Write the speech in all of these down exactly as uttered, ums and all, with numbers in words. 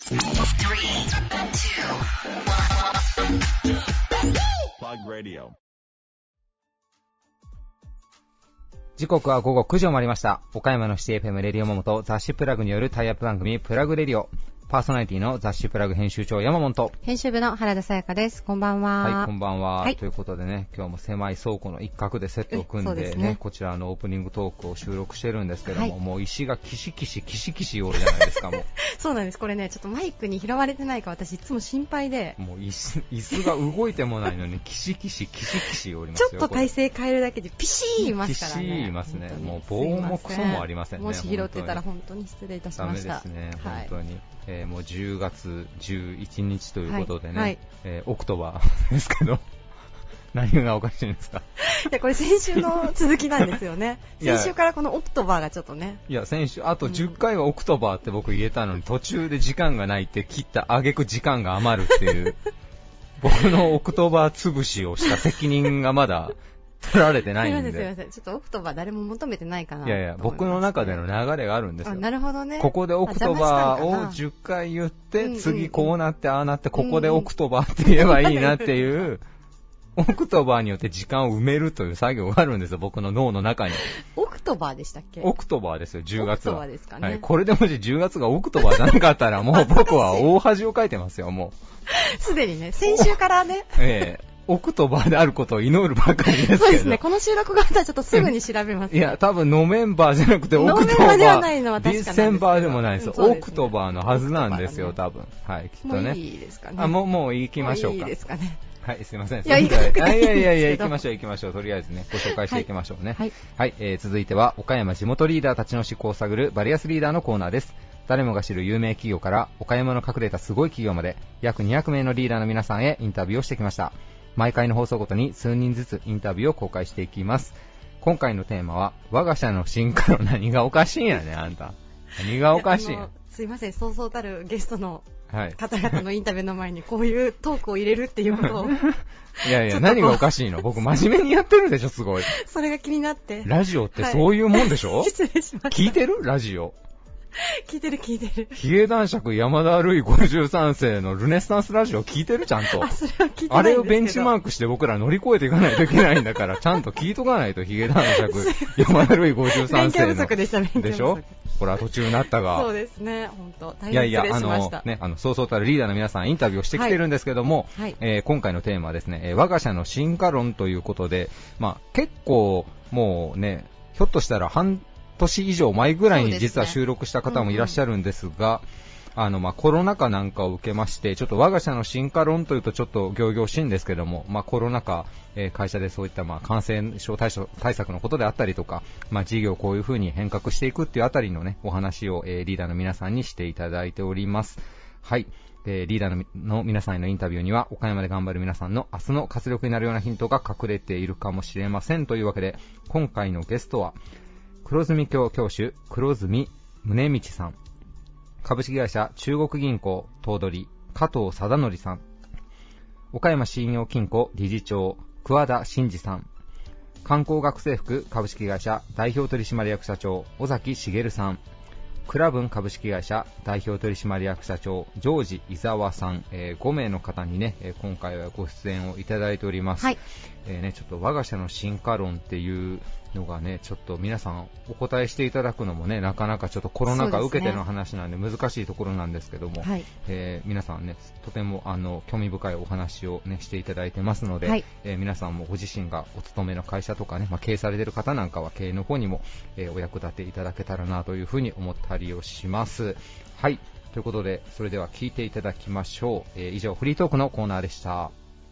時刻は午後くじを回りました。岡山のシティ エフエム レディオモモと雑誌プラグによるタイアップ番組プラグレディオ。パーソナリティの雑誌プラグ編集長山本と編集部の原田さやかです。こんばんは。 はい、こんばんは、 はい、 ということでね、今日も狭い倉庫の一角でセットを組んで ね, でねこちらのオープニングトークを収録してるんですけども、はい、もう石がキシキシキシキシおるじゃないですか。もうそうなんです。これね、ちょっとマイクに拾われてないか私いつも心配で、 もう椅子、椅子が動いてもないのにキシキシキシキシおりますよ。 ちょっと体勢変えるだけでピシーいますからね。 ピシーいますね。もう棒もクソもありませんね。 もし拾ってたら本当に失礼いたしました。 ダメですね、 はい、 本当に。えー、もうじゅうがつじゅういちにちということでね、 はいはい、 えー、オクトバーですけど何がおかしいんですか。 いや、これ先週の続きなんですよね。先週からこのオクトバーがちょっとね、 いや先週あとじゅっかいはオクトバーって僕言えたのに、途中で時間がないって切った挙句時間が余るっていう僕のオクトバー潰しをした責任がまだ取られてないんで。 すいませんすいません、ちょっとオクトバー誰も求めてないかな。 いやいや、僕の中での流れがあるんですよ。 あ、なるほどね。 ここでオクトバーをじゅっかい言って、うんうんうん、次こうなってああなって、ここでオクトバーって言えばいいなっていう、うんうん、オクトバーによって時間を埋めるという作業があるんですよ、僕の脳の中に。 オクトバーでしたっけ。 オクトバーですよ、じゅうがつは。 オクトバーですかね。 はい、これでもしじゅうがつがオクトバーじゃなかったらもう僕は大恥をかいてますよ、もうすでにね、先週からねええオクトバーであることを祈るばかりですけど。 そうですね、この収録があったらちょっとすぐに調べます、ね、 いや、多分ノメンバーじゃなくてオクトバー、ノメンバーではないのは確かなんですけど、ディセンバーでもないですよ、うん、オクトバーのはずなんですよ、多分。はい、きっとね。 もういいですかね。 あ、もう、もう行きましょうか。 もういいですかね。 はい、すいません。 いや、いやいやいやいや、行きましょう行きましょう。とりあえずね、ご紹介していきましょうね。はい。はい、えー、続いては、岡山地元リーダーたちの思考を探るバリアスリーダーのコーナーです。誰もが知る有名企業から岡山の隠れたすごい企業まで、約にひゃくめいのリーダーの皆さんへインタビューをしてきました。毎回の放送ごとに数人ずつインタビューを公開していきます。今回のテーマは、我が社の進化の何がおかしいんやね、あんた。何がおかしいんや。 すいません、そうそうたるゲストの方々のインタビューの前にこういうトークを入れるっていうことをいやいや、何がおかしいの。僕真面目にやってるでしょ、すごい。 それが気になって。 ラジオってそういうもんでしょ、 はい、失礼しました。 聞いてるラジオ。 聞いてる聞いてる。 ヒゲ男爵山田るいごじゅうさんせいのルネサンスラジオ聞いてるちゃんと。 あ、それは聞いてないんですけど。 あれをベンチマークして僕ら乗り越えていかないといけないんだから、ちゃんと聞いとかないと。ヒゲ男爵山田るいごじゅうさんせいの。 勉強不足でした、勉強不足。 でしょ、ほら途中になったが。 そうですね、本当大変失礼しました。いやいや、あの、ね、あの、そうそうたるリーダーの皆さんインタビューをしてきてるんですけども、はいはい、えー、今回のテーマはですね、えー、我が社の進化論ということで、まあ結構もうね、ひょっとしたら半年以上前ぐらいに実は収録した方もいらっしゃるんですが、あのまあコロナ禍なんかを受けまして、ちょっと我が社の進化論というとちょっと仰々しいんですけども、まあコロナ禍、えー、会社でそういったまあ感染症対処対策のことであったりとか、まあ事業をこういう風に変革していくっていうあたりのねお話を、えー、リーダーの皆さんにしていただいております。はい。えー、リーダー の, の皆さんへのインタビューには岡山で頑張る皆さんの明日の活力になるようなヒントが隠れているかもしれません。というわけで今回のゲストは黒住教教主黒住宗道さん、株式会社中国銀行頭取加藤貞則さん、岡山信用金庫理事長桑田真二さん、観光学生服株式会社代表取締役社長尾崎茂さん、クラブン株式会社代表取締役社長ジョージ伊沢さん、えー、ごめいの方にね、えー、今回はご出演をいただいております。はい。えーね、ちょっと我が社の進化論っていうのがね、ちょっと皆さんお答えしていただくのもね、なかなかちょっとコロナ禍受けての話なんで難しいところなんですけども、はい、えー、皆さんね、とてもあの興味深いお話をねしていただいてますので、はい、えー、皆さんもご自身がお勤めの会社とかね、まあ、経営されている方なんかは経営の方にも、えー、お役立ていただけたらなというふうに思ったりをします。はい。ということで、それでは聞いていただきましょう。えー、以上フリートークのコーナーでした。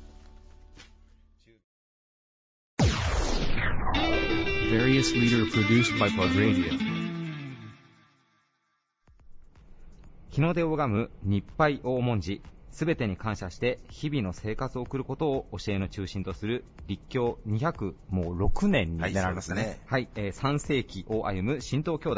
Various leader produced by Plug Radio。 日の出を拝む日配大文字、すべてに感謝して日々の生活を送ることを教えの中心とする立教にひゃくろくねんになられますね。はい、えー、さんせいきを歩む神道教団、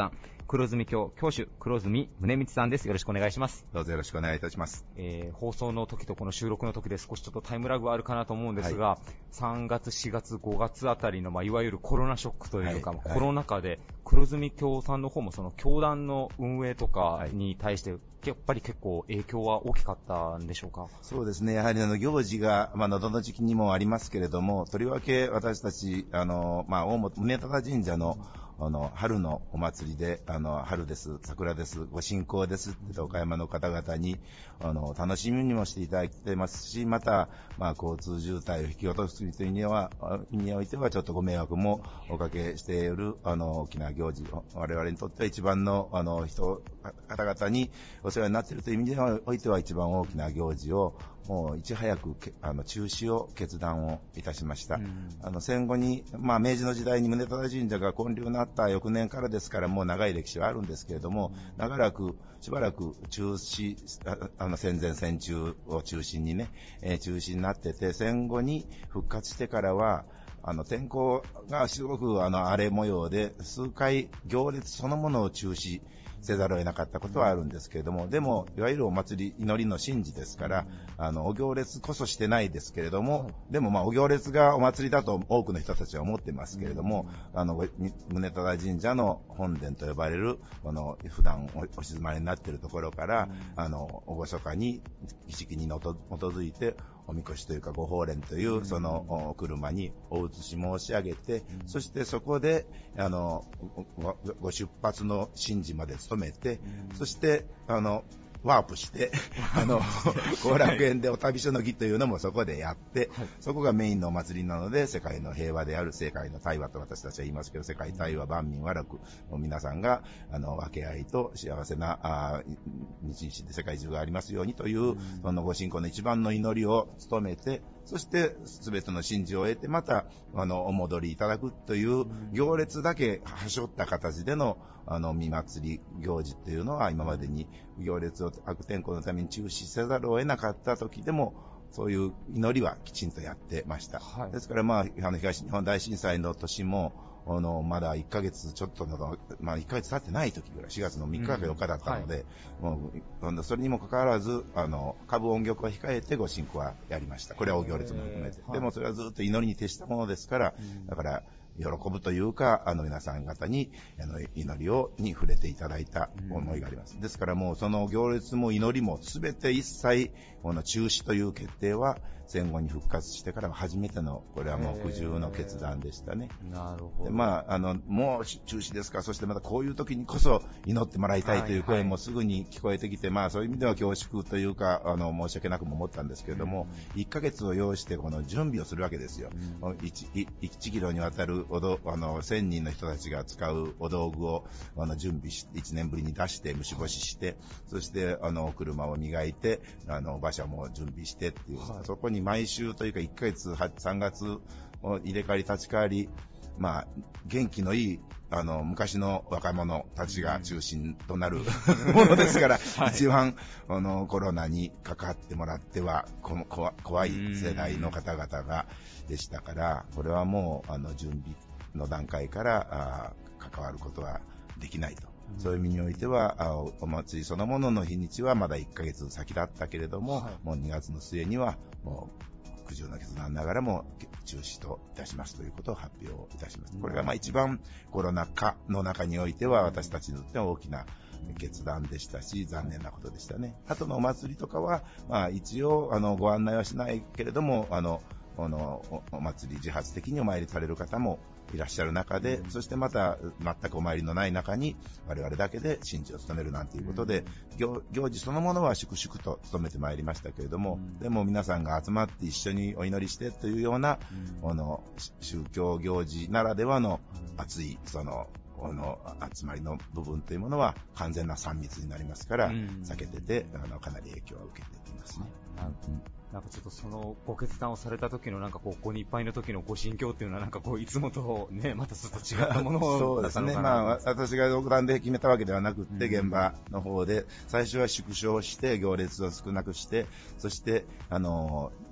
黒住教教主黒住宗光さんです。よろしくお願いします。 どうぞよろしくお願いいたします。 えー、放送の時とこの収録の時で少しちょっとタイムラグはあるかなと思うんですが、はい、さんがつしがつごがつあたりの、まあ、いわゆるコロナショックというか、はい、コロナ禍で黒住教さんの方もその教団の運営とかに対してやっぱり結構影響は大きかったんでしょうか。 そうですね、やはりあの行事が、まあ、喉の時期にもありますけれども、とりわけ私たちあの、まあ、大本宗忠神社のあの春のお祭りで、あの春です、桜です、ご神幸ですって岡山の方々にあの楽しみにもしていただいてますし、また、まあ、交通渋滞を引き落とすという意味では意味においてはちょっとご迷惑もおかけしているあの大きな行事、我々にとっては一番のあの人方々にお世話になっているという意味ではおいては一番大きな行事をもういち早くあの中止を決断をいたしました。うん、あの戦後に、まあ、明治の時代に宗忠神社が建立になった翌年からですから、もう長い歴史はあるんですけれども、長らくしばらく中止、あの戦前戦中を中心にね、えー、中止になってて、戦後に復活してからはあの天候がすごくあの荒れ模様で数回行列そのものを中止せざるを得なかったことはあるんですけれども、でもいわゆるお祭り祈りの神事ですから、あのお行列こそしてないですけれども、でもまあお行列がお祭りだと多くの人たちは思ってますけれども、あの宗忠神社の本殿と呼ばれるこの普段お静まりになっているところから、あの厳かに儀式に基づいておみこしというかご法蓮というその車にお移し申し上げて、そしてそこであのご出発の神事まで務めて、そしてあのワープしてあの後楽園でお旅所の儀というのもそこでやって、はい、そこがメインのお祭りなので、世界の平和である世界の対話と私たちは言いますけど、世界対話万民和楽の皆さんがあの分け合いと幸せなあ日々で世界中がありますようにという、うん、そのご信仰の一番の祈りを務めて、そして全ての神事を得てまたあのお戻りいただくという行列だけはしょった形でのあの見祭り行事というのは、今までに行列を悪天候のために中止せざるを得なかった時でもそういう祈りはきちんとやってました。はい、ですから、まあ、あの東日本大震災の年もあのまだいっかげつちょっとの、まあ、いっかげつ経ってない時ぐらい、しがつのみっかかよっかだったので、うんはい、もうそれにもかかわらずあの株音曲を控えてご神幸はやりました。これはお行列も含めて、でもそれはずっと祈りに徹したものですから、だから喜ぶというか、あの皆さん方にあの祈りをに触れていただいた思いがあります。うん、ですからもうその行列も祈りもすべて一切この中止という決定は戦後に復活してから初めての、これはもう苦渋の決断でしたね。 なるほど。 でまああのもう中止ですか。そしてまたこういう時にこそ祈ってもらいたいという声もすぐに聞こえてきて、はいはい、まあそういう意味では恐縮というかあの申し訳なくも思ったんですけれども、うん、いっかげつを要してこの準備をするわけですよ。うん、1, いちキロにわたるおどあのせんにんの人たちが使うお道具をあの準備していちねんぶりに出して虫干しして、そしてあの車を磨いてあの馬車も準備してっていう、はい、そこに毎週というかいっかげつさんがつを入れ替わり立ち替わり、まあ元気のいいあの昔の若者たちが中心となるものですから、はい、一番あのコロナにかかってもらってはこの怖い世代の方々がでしたから、これはもうあの準備の段階からあ関わることはできないと、うん、そういう意味においてはあお祭りそのものの日にちはまだいっかげつ先だったけれども、はい、もうにがつの末にはもう苦渋の決断ながらも中止といたしますということを発表いたします。これがまあ一番コロナ禍の中においては私たちにとっては大きな決断でしたし、残念なことでしたね。あとのお祭りとかは、まあ、一応あのご案内はしないけれども、あのこの お, お祭り自発的にお参りされる方もいらっしゃる中で、うん、そしてまた全くお参りのない中に我々だけで神事を務めるなんていうことで、うん、行, 行事そのものは粛々と務めてまいりましたけれども、うん、でも皆さんが集まって一緒にお祈りしてというような、うん、この宗教行事ならではの熱いそのこの集まりの部分というものは完全なさん密になりますから、うん、避けててあのかなり影響を受けていますね。 うん、なんかちょっとそのご決断をされた時のなんかこうここにいっぱいの時のご心境っていうのはなんかこういつもとねまたちょっと違ったものをそうですね。まあ私が独断で決めたわけではなくって、うん、現場の方で最初は縮小して行列を少なくして、そしてあの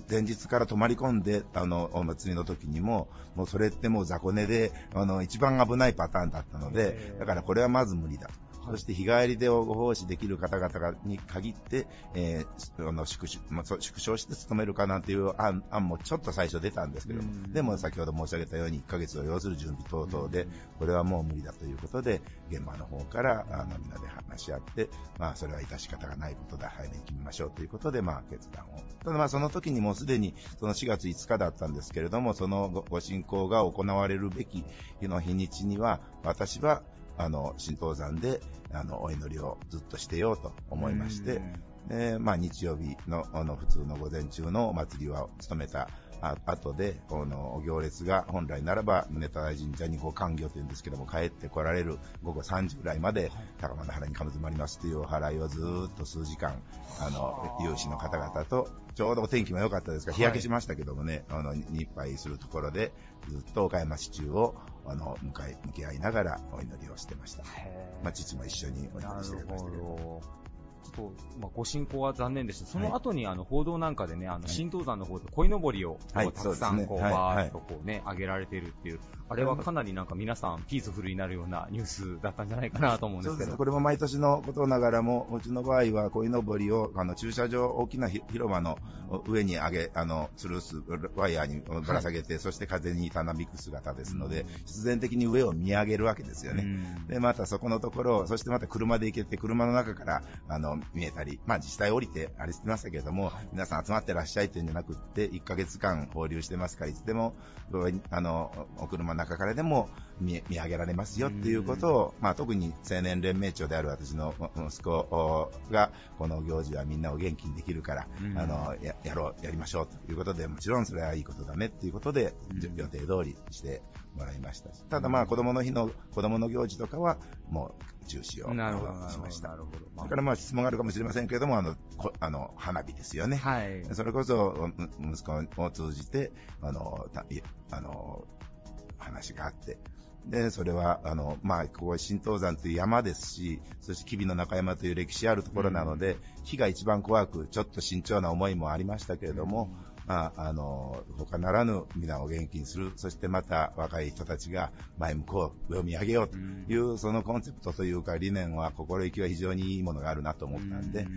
前日から泊まり込んで、あの、お祭りの時にも、もうそれってもう雑魚寝で、あの、一番危ないパターンだったので、だからこれはまず無理だと。そして日帰りでご奉仕できる方々に限って、えー、あの縮小、まあ、縮小して勤めるかなんていう案、案もちょっと最初出たんですけども、でも先ほど申し上げたようにいっかげつを要する準備等々で、これはもう無理だということで、現場の方からあのみんなで話し合って、まあそれは致し方がないことだ、早めに決めましょうということで、まあ決断を。ただまあその時にもうすでにそのしがついつかだったんですけれども、そのご、ご進行が行われるべき日の日にちには、私はあの、神道山で、あの、お祈りをずっとしてようと思いまして、で、まあ、日曜日の、あの、普通の午前中のお祭りは務めた後で、この、行列が本来ならば、宗忠神社にご還行というんですけども、帰って来られるごごさんじぐらいまで、高間の原にかむずまりますというお祓いをずーっと数時間、あの、有志の方々と、ちょうどお天気も良かったですから、日焼けしましたけどもね、はい、あの、日配するところで、ずっと岡山市中を、あの、向かい、向き合いながらお祈りをしてました。まあ、父も一緒にお祈りしてましたけど。 と、まあ、ご進行は残念でした。その後に、はい、あの報道なんかでね、あの神道山の方で鯉のぼりを、はい、たくさんこう、はい、バーッとこうね、はい、上げられているっていう、あれはかなりなんか皆さんピースフルになるようなニュースだったんじゃないかなと思うんですけど。 そうです。これも毎年のことながらも、うちの場合は鯉のぼりをあの駐車場大きな広場の上に上げ、あの吊るすワイヤーにぶら下げて、はい、そして風にたなびく姿ですので、うん、必然的に上を見上げるわけですよね。うん、でまたそこのところ、そしてまた車で行けて車の中からあの見えたり、まあ自治体降りてあれしてましたけれども、はい、皆さん集まってらっしゃいというんじゃなくって、いっかげつかん放流してますから、いつでもあのお車の中からでも 見, 見上げられますよっていうことを、まあ、特に青年連盟長である私の息子がこの行事はみんなを元気にできるから、あの や, やろうやりましょうということで、もちろんそれはいいことだねっていうことで予定通りしてもらいましたし、ただまあ子供の日の子供の行事とかはもう中止をしました。だからまあ質問があるかもしれませんけれども、あのあの花火ですよね、はい、それこそ息子を通じてあのあの話があって、でそれはあの、まあ、ここは神道山という山ですし、そして吉備の中山という歴史あるところなので、うん、火が一番怖く、ちょっと慎重な思いもありましたけれども、うん、まあ、あの他ならぬ皆を元気にする、そしてまた若い人たちが前向こう、上を見上げようという、うん、そのコンセプトというか理念は、心意気は非常にいいものがあるなと思ったんで、うん、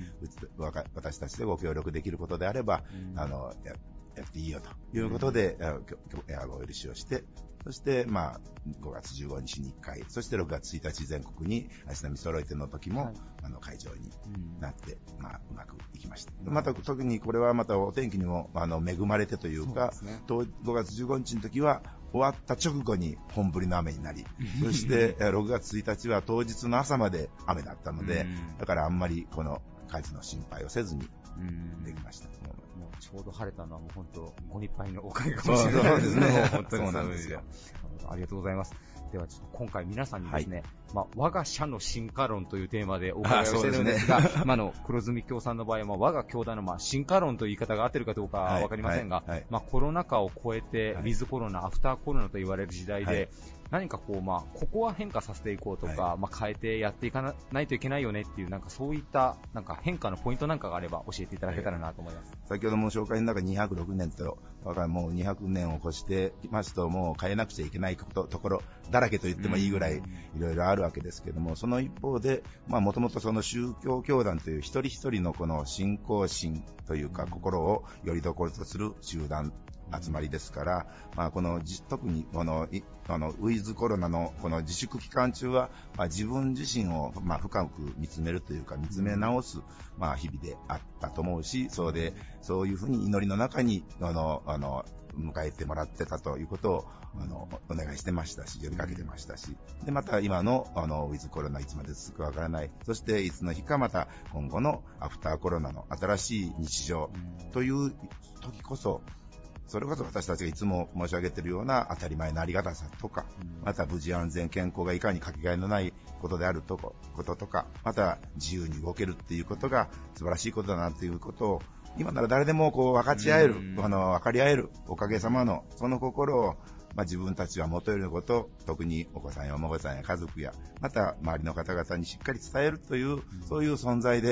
私たちでご協力できることであれば、うん、あのややっていいよということで、うん、お許しをして、そして、まあ、ごがつじゅうごにちにいっかい、そしてろくがつついたち全国に足並み揃えての時も、はい、あの会場になって、うん、まあ、うまくいきました。また特にこれはまたお天気にもあの恵まれてというか、ね、ごがつじゅうごにちの時は終わった直後に本降りの雨になり、そしてろくがつついたちは当日の朝まで雨だったので、うん、だからあんまりこの火事の心配をせずにできました。 もうちょうど晴れたのはもう本当ご日配のおかげかもしれないですね。本当にそうなんですよ。ありがとうございます。ではちょっと今回皆さんにですね、はい、まあ我が社の進化論というテーマでお伺いをしているんですが、すね、まあの黒住京さんの場合は、まあ、我が兄弟のまあ進化論という言い方が合ってるかどうかはわかりませんが、はいはいはい、まあコロナ禍を超えて、はい、ウィズコロナ、アフターコロナと言われる時代で、はい、何かこう、まあ、ここは変化させていこうとか、はい、まあ、変えてやっていかないといけないよねっていう、なんかそういった、なんか変化のポイントなんかがあれば教えていただけたらなと思います。 先ほども紹介の中にひゃくろくねんと、もうにひゃくねんを越してきますと、もう変えなくちゃいけないこと、ところだらけと言ってもいいぐらい、いろいろあるわけですけども、その一方で、まあ、もともとその宗教教団という一人一人のこの信仰心というか、心をよりどころとする集団、集まりですから、まあ、この特にこのあのウィズコロナのこの自粛期間中は、まあ、自分自身をまあ深く見つめるというか見つめ直す、まあ、日々であったと思うし、そうでそういうふうに祈りの中にあのあの迎えてもらってたということをあのお願いしてましたし、呼びかけてましたし、でまた今のあのウィズコロナいつまで続くかわからない、そしていつの日かまた今後のアフターコロナの新しい日常という時こそ、それこそ私たちがいつも申し上げているような当たり前のありがたさとか、また無事安全健康がいかにかけがえのないことであるとこととか、また自由に動けるっていうことが素晴らしいことだなということを、今なら誰でもこう分かち合える、あの分かり合えるおかげさまのその心を、まあ、自分たちは元よりのこと、特にお子さんやお孫さんや家族やまた周りの方々にしっかり伝えるという、そういう存在で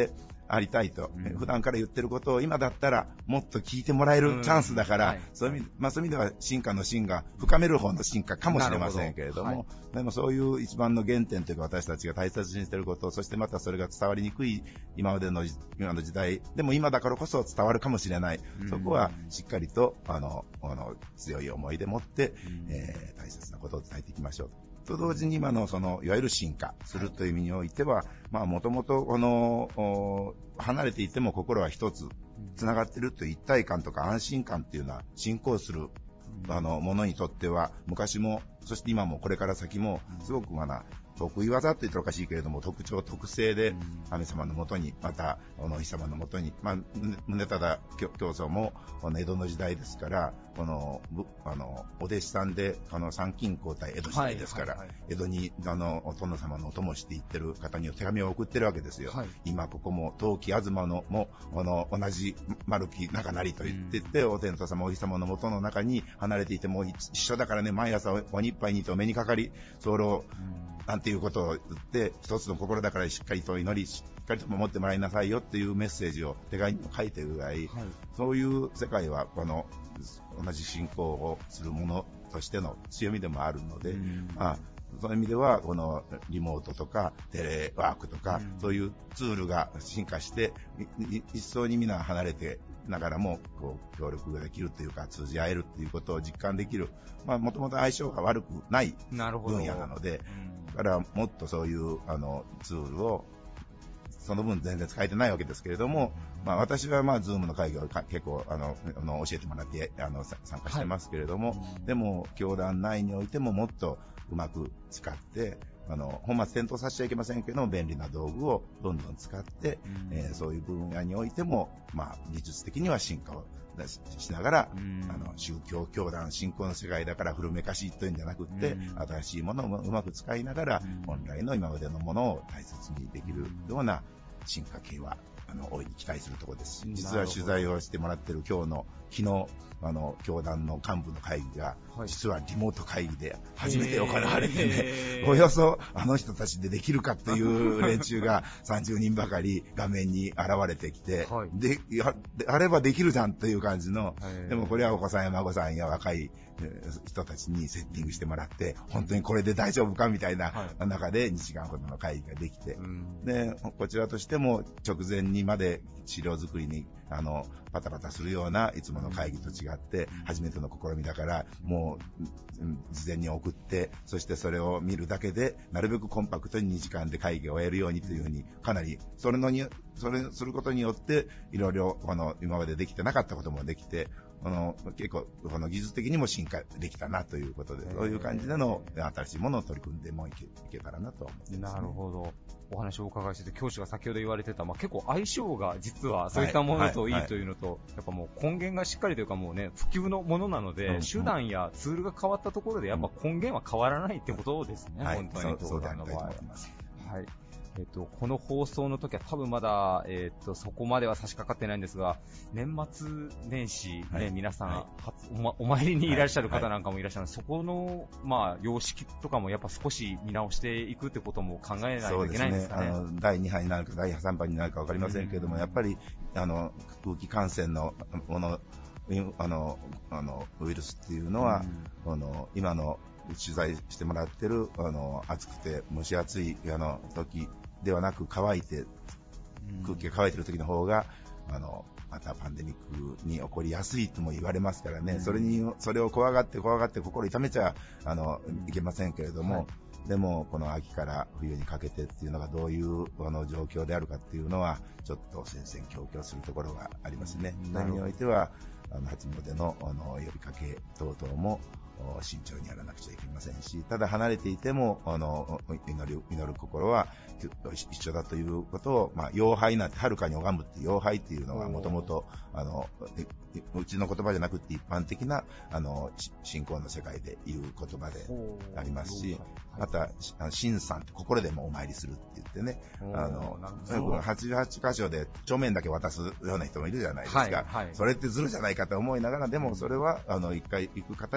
ありたいと、うん、普段から言ってることを今だったらもっと聞いてもらえるチャンスだから、うんはい、そういう意味、まあ、そういう意味では進化の進が深める方の進化かもしれませんけれども、はい、でもそういう一番の原点というか私たちが大切にしていること、そしてまたそれが伝わりにくい今までの今の時代でも今だからこそ伝わるかもしれない、うん、そこはしっかりとあのあの強い思いでもって、うんえー、大切なことを伝えていきましょうと同時に今のそのいわゆる進化するという意味においては、まあもともとこの離れていても心は一つつながっているという一体感とか安心感っていうのは進行するあのものにとっては昔もそして今もこれから先もすごくまだ得意技と言ったらおかしいけれども特徴特性で神様のもとにまたお日様のもとに、まあ、宗忠教祖もこの江戸の時代ですからこのあのお弟子さんであの参勤交代江戸時代ですから、はいはいはい、江戸にあのお殿様のお供していってる方に手紙を送ってるわけですよ、はい、今ここも陶器東のもあの同じ丸木中成と言ってって、うん、お天道様お日様のもとの中に離れていても一緒だからね毎朝お日杯にと目にかかり候、うんなんていうことを言って一つの心だからしっかりと祈りしっかりと守ってもらいなさいよっていうメッセージを手紙にも書いているぐらい、はい、そういう世界はこの同じ信仰をするものとしての強みでもあるので、うんまあ、そういう意味ではこのリモートとかテレワークとか、うん、そういうツールが進化して一層にみんな離れてながらもこう協力ができるというか通じ合えるということを実感できる、まあ、もともと相性が悪くない分野なのでだからもっとそういうあのツールをその分全然使えてないわけですけれども、まあ、私はまあ Zoom の会議を結構あのあの教えてもらってあの参加してますけれども、はい、でも教団内においてももっとうまく使ってあの本末転倒させちゃいけませんけども便利な道具をどんどん使って、うんえー、そういう分野においても、まあ、技術的には進化をしながら、うん、あの宗教教団信仰の世界だから古めかしいというんじゃなくって、うん、新しいものをうまく使いながら、うん、本来の今までのものを大切にできるような進化系はあの大いに期待するところですし、実は取材をしてもらっている今日の昨日あの教団の幹部の会議が、はい、実はリモート会議で初めて行われてね、およそあの人たちでできるかっていう連中がさんじゅうにんばかり画面に現れてきて、はい、でやあればできるじゃんという感じの、でもこれはお子さんや孫さんや若い人たちにセッティングしてもらって本当にこれで大丈夫かみたいな中でにじかんほどの会議ができて、はい、でこちらとしても直前にまで資料作りにあのパタパタするようないつもの会議と違って初めての試みだからもう事前に送ってそしてそれを見るだけでなるべくコンパクトににじかんで会議を終えるようにというふうにかなりそれのにそれすることによっていろいろこの今までできてなかったこともできてこの結構この技術的にも進化できたなということでそういう感じでの新しいものを取り組んでもいけ、いけたらなと思ってます、ね、なるほど。 お話をお伺いしてて教師が先ほど言われてた、まあ、結構相性が実はそういったものといいというのと、はいはいはい、やっぱもう根源がしっかりというかもうね普及のものなので、うん、手段やツールが変わったところでやっぱ根源は変わらないってことですね、うん、本当に、はい、 そうでありたいと思います。 はいえっと、この放送の時は多分まだ、えっと、そこまでは差し掛かってないんですが年末年始、ねはい、皆さん、はい、お, ま、お参りにいらっしゃる方なんかもいらっしゃるので、はい、そこの、まあ、様式とかもやっぱ少し見直していくってことも考えないといけないんですかね。 そうですね。あのだいに波になるかだいさん波になるか分かりませんけれども、うん、やっぱりあの空気感染のものあのあのウイルスっていうのは、うん、あの今の取材してもらってるあの暑くて蒸し暑いあの時ではなく乾いて空気が乾いている時の方があのまたパンデミックに起こりやすいとも言われますからね、うん、それにそれを怖がって怖がって心痛めちゃあのいけませんけれども、はい、でもこの秋から冬にかけてっていうのがどういうあの状況であるかっていうのはちょっと戦々恐々するところがありますね。そういう意味においてはあの初詣のあの呼びかけ等々も慎重にやらなくちゃいけませんし、ただ離れていてもあの祈る、祈る心は一緒だということを、まあ、妖拝なんて遥かに拝むっていう妖拝っていうのはもともとうちの言葉じゃなくて一般的なあの信仰の世界で言う言葉でありますし、また神さんって心でもお参りするって言ってね、あのはちじゅうはち箇所で帳面だけ渡すような人もいるじゃないですか、はいはい、それってずるじゃないかと思いながらでもそれはあの一回行く方に託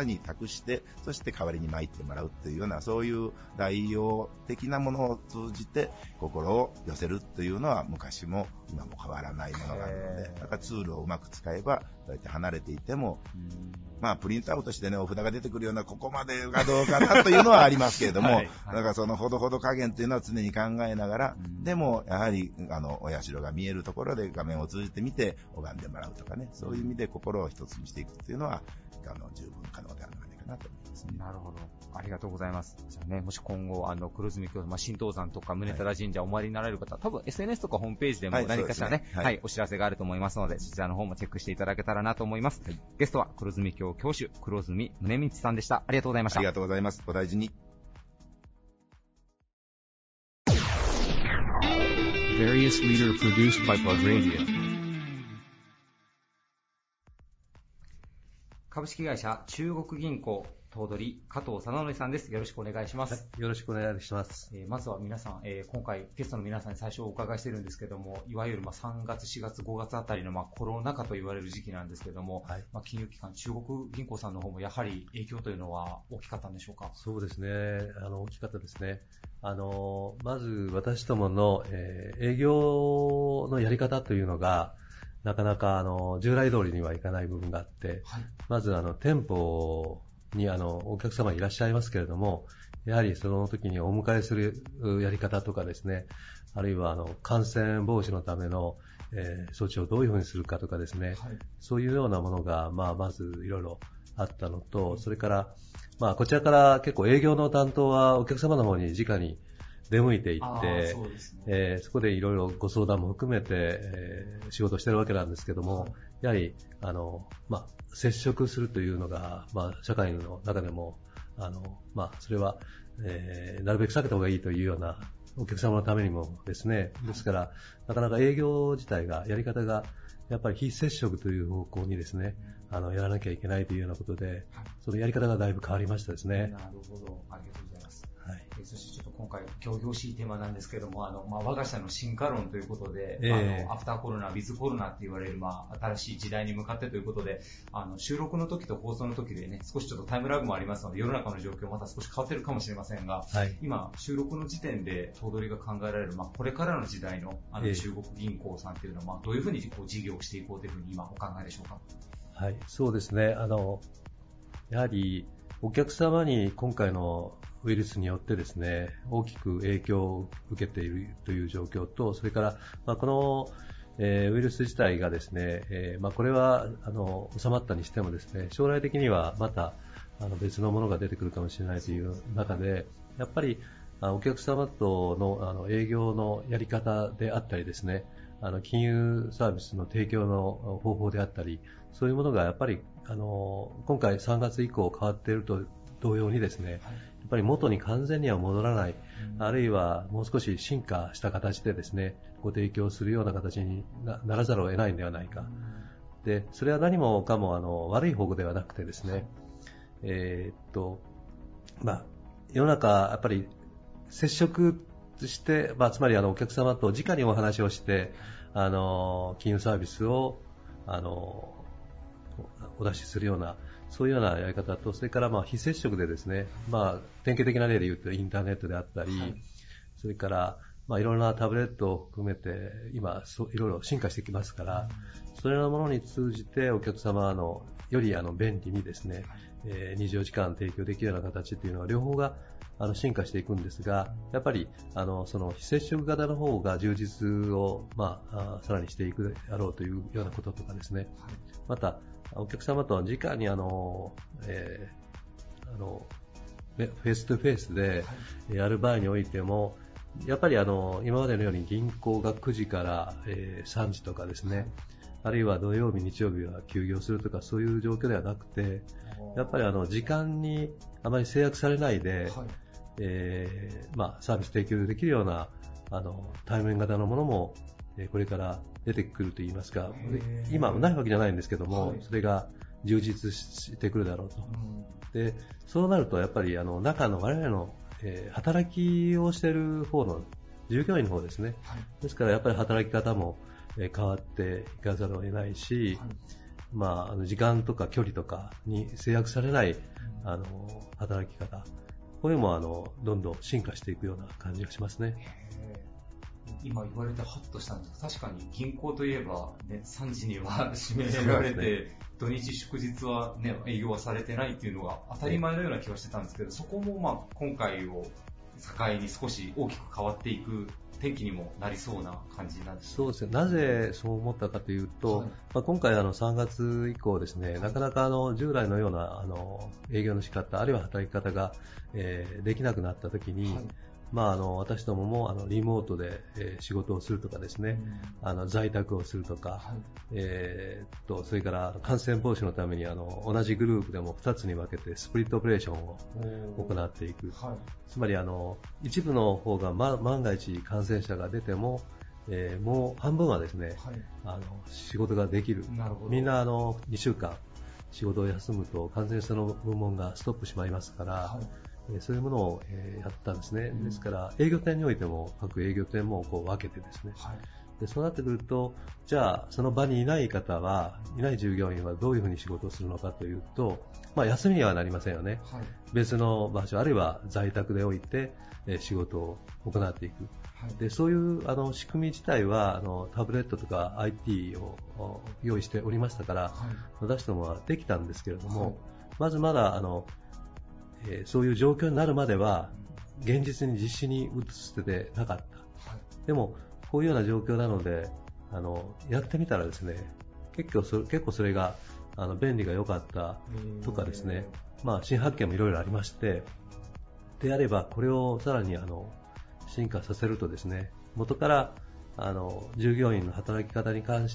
して、そして代わりに参ってもらうというような、そういう代用的なものを通じて心を寄せるというのは昔も今も変わらないものがあるので、だからツールをうまく使えばそうやって離れていても、まあプリントアウトしてねお札が出てくるようなここまでがどうかなというのはありますけれども、はいはい、だからそのほどほど加減というのは常に考えながら、でもやはりあのお社が見えるところで画面を通じてみて拝んでもらうとかね、そういう意味で心を一つにしていくというのはあの十分可能であるのではないかなと思いますね。 なるほど、ありがとうございます。じゃあね、もし今後あの黒住教、まあ、神道山とか宗忠神社お参りになられる方、はい、多分 エスエヌエス とかホームページでも何かしらね、はい、はい、お知らせがあると思いますので、そちらの方もチェックしていただけたらなと思います。はい、ゲストは黒住教教主黒住宗光さんでした。ありがとうございました。 ありがとうございます。お大事に。 Various leader produced by Plug Radio。 株式会社中国銀行頭取加藤貞則さんです。よろしくお願いします。 はい、よろしくお願いします。 えー、まずは皆さん、えー、今回ゲストの皆さんに最初お伺いしてるんですけども、いわゆるまあさんがつ、しがつ、ごがつあたりのまあコロナ禍と言われる時期なんですけども、はい、まあ金融機関中国銀行さんの方もやはり影響というのは大きかったんでしょうか。 そうですね、あの大きかったですね。あのまず私どもの、えー、営業のやり方というのがなかなかあの従来通りにはいかない部分があって、はい、まずあの店舗にあのお客様いらっしゃいますけれども、やはりその時にお迎えするやり方とかですね、あるいはあの感染防止のための、えー、措置をどういうふうにするかとかですね、はい、そういうようなものが、まあ、まずいろいろあったのと、それから、まあ、こちらから結構営業の担当はお客様の方に直に出向いていって、 そ, ねえー、そこでいろいろご相談も含めて、えー、仕事してるわけなんですけども、はい、やはりあの、まあ、接触するというのが、まあ、社会の中でもあの、まあ、それは、えー、なるべく避けた方がいいというようなお客様のためにもですね、ですからなかなか営業自体がやり方がやっぱり非接触という方向にですね、あのやらなきゃいけないというようなことで、そのやり方がだいぶ変わりましたですね。 なるほど、ありがとうございます。はい、えー、そしてちょっと今回仰々しいテーマなんですけども、あの、まあ、我が社の進化論ということで、えー、あのアフターコロナ、ウィズコロナって言われる、まあ、新しい時代に向かってということで、あの収録の時と放送の時でね、少しちょっとタイムラグもありますので、世の中の状況また少し変わってるかもしれませんが、はい、今収録の時点で頭取が考えられる、まあ、これからの時代のあの中国銀行さんというのは、まあ、どういうふうにこう事業をしていこうというふうに今お考えでしょうか。 はい、そうですね。あのやはりお客様に今回のウイルスによってですね、大きく影響を受けているという状況と、それから、まあ、この、えー、ウイルス自体がですね、えーまあ、これはあの収まったにしてもですね、将来的にはまたあの別のものが出てくるかもしれないという中で、やっぱりお客様との、あの営業のやり方であったりですね、あの金融サービスの提供の方法であったり、そういうものがやっぱりあの今回さんがつ以降変わっていると同様にですね、やっぱり元に完全には戻らない、うん、あるいはもう少し進化した形でですね、ご提供するような形に な, ならざるを得ないのではないか、うん、でそれは何もかもあの悪い方向ではなくてですね、えーっとまあ、世の中やっぱり接触して、まあ、つまりあのお客様と直にお話をしてあの金融サービスをあのお出しするような、そういうようなやり方と、それからまあ非接触でですね、まあ、典型的な例で言うとインターネットであったり、はい、それからまあいろんなタブレットを含めて今いろいろ進化してきますから、うん、それらのものに通じてお客様のよりあの便利にですね、えー、にじゅうよじかん提供できるような形というのは両方があの進化していくんですが、やっぱりあのその非接触型の方が充実を、まあ、あさらにしていくだろうというようなこととかですね、はい、またお客様とは直にあの、えー、あのフェイストゥフェイスでやる場合においても、やっぱりあの今までのように銀行がくじから、えー、さんじとかですね、あるいは土曜日、日曜日は休業するとかそういう状況ではなくて、やっぱりあの時間にあまり制約されないで、はい、えーまあ、サービス提供できるようなあの対面型のものも、えー、これから出てくるといいますか、今ないわけじゃないんですけども、はい、それが充実してくるだろうと、うん、でそうなるとやっぱりあの中の我々の、えー、働きをしている方の従業員の方ですね、はい、ですからやっぱり働き方も、えー、変わっていかざるを得ないし、はい、 まあ、あの時間とか距離とかに制約されないあの働き方、これもあのどんどん進化していくような感じがしますね。 今言われてハッとしたんですが、確かに銀行といえば、ね、さんじには閉められて、ね、土日祝日は、ね、営業はされてないっていうのが当たり前のような気はしてたんですけど、そこも、まあ、今回を境に少し大きく変わっていく天気にもなりそうな感じなんです。 そうですね。なぜそう思ったかというと、はい、まあ、今回あのさんがつ以降ですね、なかなかあの従来のようなあの営業の仕方、あるいは働き方が、えー、できなくなったときに、はい、まあ、あの私どももあのリモートで、えー、仕事をするとかですね、うん、あの在宅をするとか、はい、えー、っとそれから感染防止のためにあの同じグループでもふたつに分けてスプリットオペレーションを行っていく、はい、つまりあの一部の方が、ま、万が一感染者が出ても、えー、もう半分はですね、はい、あの仕事ができる。なるほど。みんなあのにしゅうかん仕事を休むと感染者の部門がストップしまいますから、はい、そういうものをやったんですね。ですから営業店においても各営業店もこう分けてですね、はい、でそうなってくると、じゃあその場にいない方はいない従業員はどういうふうに仕事をするのかというと、まあ、休みにはなりませんよね、はい、別の場所あるいは在宅でおいて仕事を行っていく、はい、でそういうあの仕組み自体はあのタブレットとか アイティー を用意しておりましたから、はい、私どもはできたんですけれども、はい、まずまだあのえー、そういう状況になるまでは現実に実施に移せてなかった、はい、でもこういうような状況なのであのやってみたらですね、結構それ、結構それがあの便利が良かったとかですね、まあ、新発見もいろいろありまして、であればこれをさらにあの進化させるとですね、元からあの従業員の働き方に関して、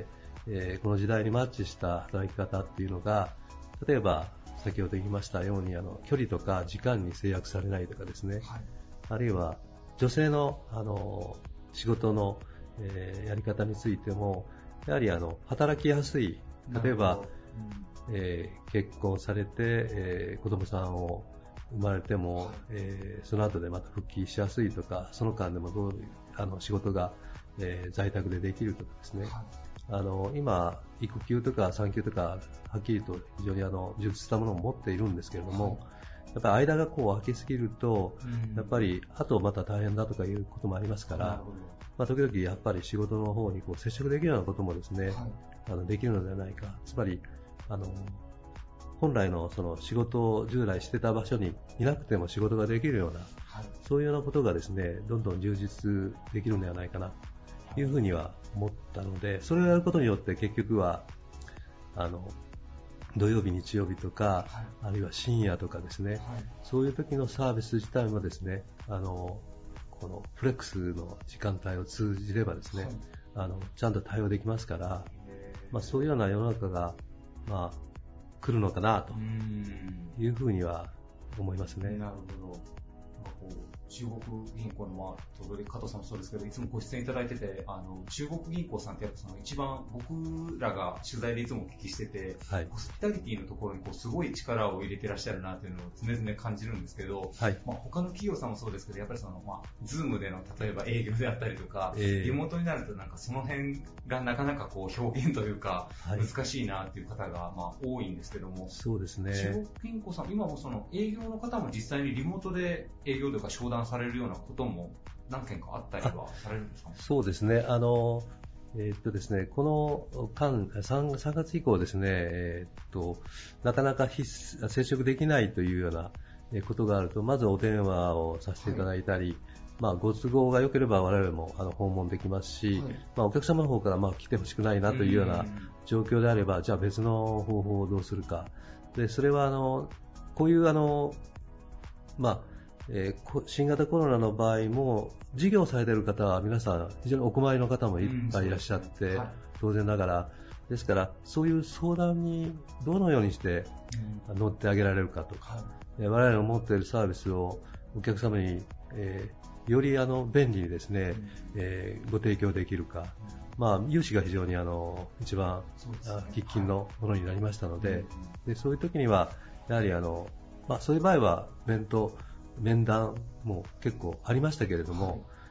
えー、この時代にマッチした働き方っていうのが、例えば先ほど言いましたようにあの距離とか時間に制約されないとかですね、はい、あるいは女性の、あの仕事の、えー、やり方についてもやはりあの働きやすい、例えば、うん、えー、結婚されて、えー、子供さんを生まれても、はい、えー、その後でまた復帰しやすいとか、その間でもどういうあの仕事が、えー、在宅でできるとかですね、はい、あの今、育休とか産休とかはっきりと非常にあの充実したものを持っているんですけれども、はい、やっぱり間がこう空きすぎると、うん、やっぱりあとまた大変だとかいうこともありますから、まあ、時々やっぱり仕事の方にこう接触できるようなこともですね、はい、あのできるのではないか、つまりあの本来のその仕事を従来してた場所にいなくても仕事ができるような、はい、そういうようなことがですね、どんどん充実できるのではないかなというふうには思ったので、それをやることによって結局はあの土曜日、日曜日とか、はい、あるいは深夜とかですね、はい、そういう時のサービス自体もですね、あのこのフレックスの時間帯を通じればですね、はい、あのちゃんと対応できますから、まあ、そういうような世の中が、まあ、来るのかなというふうには思いますね。 なるほど。中国銀行の、まあ、と加藤さんもそうですけど、いつもご出演いただいてて、あの中国銀行さんってやっぱその一番僕らが取材でいつもお聞きしてて、はい、ホスピタリティのところにこうすごい力を入れてらっしゃるなというのを常々感じるんですけど、はい、まあ、他の企業さんもそうですけど、やっぱりその、まあ、ズームでの例えば営業であったりとか、えー、リモートになるとなんかその辺がなかなかこう表現というか、はい、難しいなっていう方がまあ多いんですけども、 そうですね。 中国銀行さん、今もその営業の方も実際にリモートで営業とか商談されるようなことも何件かあったりはされるんですか？ そうですね。あの、えー、っとですね、この間 3, 3月以降ですね、えー、っとなかなか必接触できないというようなことがあると、まずお電話をさせていただいたり、はい、まあ、ご都合が良ければ我々もあの訪問できますし、はい、まあ、お客様の方からまあ来てほしくないなというような状況であれば、じゃあ別の方法をどうするか。で、それはあのこういうあの、まあえー、新型コロナの場合も事業されている方は皆さん非常にお困りの方もいっぱいいらっしゃって、うん、はい、当然ながらですから、そういう相談にどのようにして乗ってあげられるかとか、うん、我々の持っているサービスをお客様に、えー、よりあの便利にですね、うん、えー、ご提供できるか、うん、まあ、融資が非常にあの一番喫緊のものになりましたので、はい、でそういう時にはやはりあの、まあ、そういう場合は面と面談も結構ありましたけれども、はい、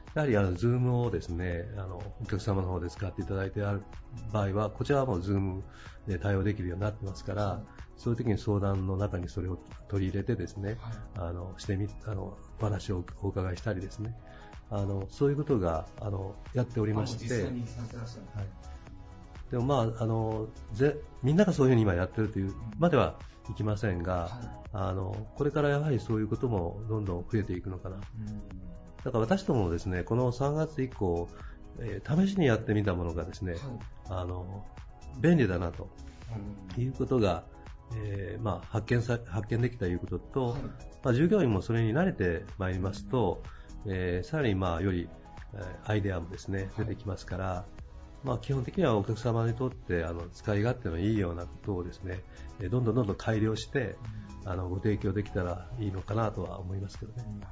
やはりあの Zoom をですね、あのお客様の方で使っていただいてある場合は、こちらはもう Zoom で対応できるようになってますから、はい、そういう時に相談の中にそれを取り入れてですね、はい、あのしてみあのお話をお伺いしたりですね、あのそういうことがあのやっておりまして、はい、でもまああのぜみんながそういうふうに今やってるというまではいきませんが、はい、あのこれからやはりそういうこともどんどん増えていくのかな。うん、だから私どもですね、このさんがつ以降、えー、試しにやってみたものがですね、はい、あの便利だなと、うん、いうことが、えーまあ、発見さ発見できたということと、はい、まあ、従業員もそれに慣れてまいりますと、うん、えー、さらにまあより、えー、アイデアもですね出てきますから、はい、まあ、基本的にはお客様にとってあの使い勝手のいいようなことをですね、えー、どんどんどんどん改良して、うん、あのご提供できたらいいのかなとは思いますけどね。うん、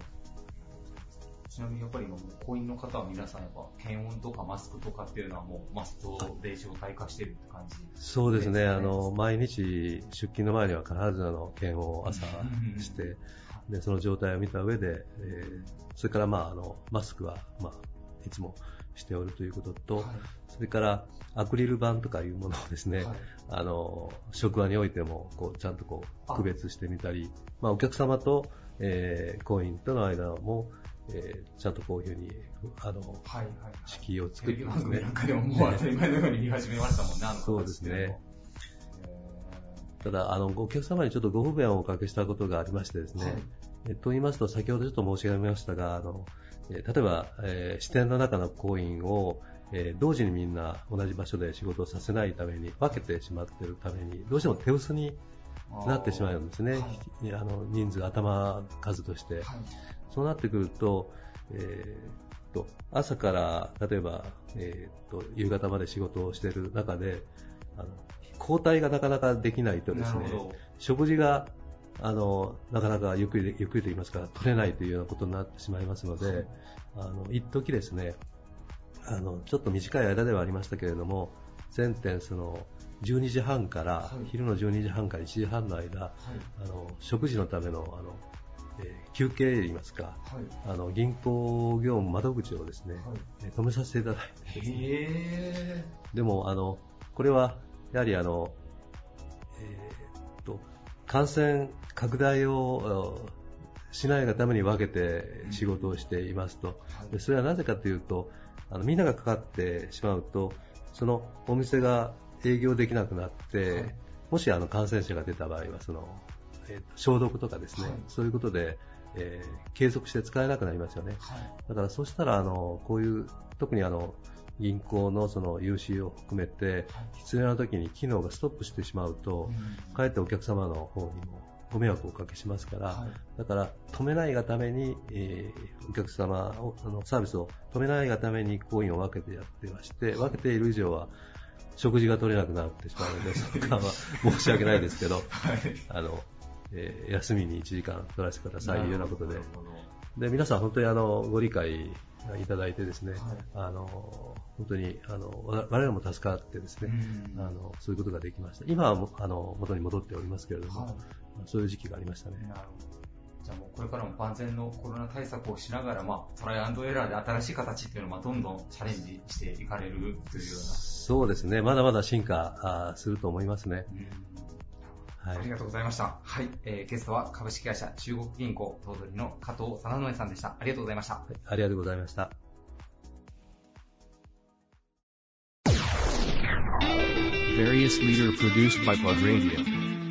ちなみにやっぱり行員の方は皆さんやっぱ検温とかマスクとかっていうのはもうマストで常態化してるって感じですね。 そうですね。あの毎日出勤の前には必ずあの検温を朝してでその状態を見た上で、えー、それからまああのマスクはまあいつもしておるということと、はい、それからアクリル板とかいうものをですね、はい、あの職場においてもこうちゃんとこう区別してみたり、まあ、お客様と、えー、行員との間もえー、ちゃんとこういうふうにあの、はいはいはい、敷居を作ってですね。テレビ番組なんかでももう当たり前のように見始めましたもんね、あのそうですね。ただあのお客様にちょっとご不便をおかけしたことがありましてですね、はい、えと言いますと先ほどちょっと申し上げましたが、あのえ例えば、えー、支店の中の行員を、えー、同時にみんな同じ場所で仕事をさせないために分けてしまっているためにどうしても手薄になってしまうんですね、はい、あの人数頭数として、はい、そうなってくると、えー、と朝から例えば、えー、と夕方まで仕事をしている中であの交代がなかなかできないとですね、食事があのなかなかゆっくりゆっくりと言いますか取れないというようなことになってしまいますので、はい、あの一時ですねあのちょっと短い間ではありましたけれども全店そのじゅうにじはんから、はい、昼のじゅうにじはんからいちじはんの間、はい、あの食事のためのあのえー、休憩といいますか、はい、あの銀行業務窓口をですね、はい、止めさせていただいてですね、へーでもあのこれはやはりあの、えー、と感染拡大をしないがために分けて仕事をしていますと、うん、でそれはなぜかというとあのみんながかかってしまうとそのお店が営業できなくなって、はい、もしあの感染者が出た場合はその消毒とかですね、はい、そういうことで、えー、継続して使えなくなりますよね、はい、だからそうしたらあのこういう特にあの銀行のその融資を含めて必要な時に機能がストップしてしまうと、うん、かえってお客様の方にもご迷惑をおかけしますから、はい、だから止めないがために、えー、お客様をあのサービスを止めないがために行員を分けてやってまして、はい、分けている以上は食事が取れなくなってしまうのでそれは申し訳ないですけど、はい、あのえー、休みにいちじかん取らせてくださいというようなことで、で皆さん本当にあのご理解いただいてですね、はい、あの本当にあの我々も助かってですね、あのそういうことができました。今はあの元に戻っておりますけれども、はい、そういう時期がありましたね。なるほど。 じゃあもうこれからも万全のコロナ対策をしながら、まあ、トライアンドエラーで新しい形っていうのをどんどんチャレンジしていかれるというような。 そうですね。まだまだ進化すると思いますね。 はい、ありがとうございました。はい、えー、ゲストは株式会社中国銀行頭取の加藤貞則さんでした。ありがとうございました。はい、 ありがとうございました。 Various Leader produced by Pod Radio。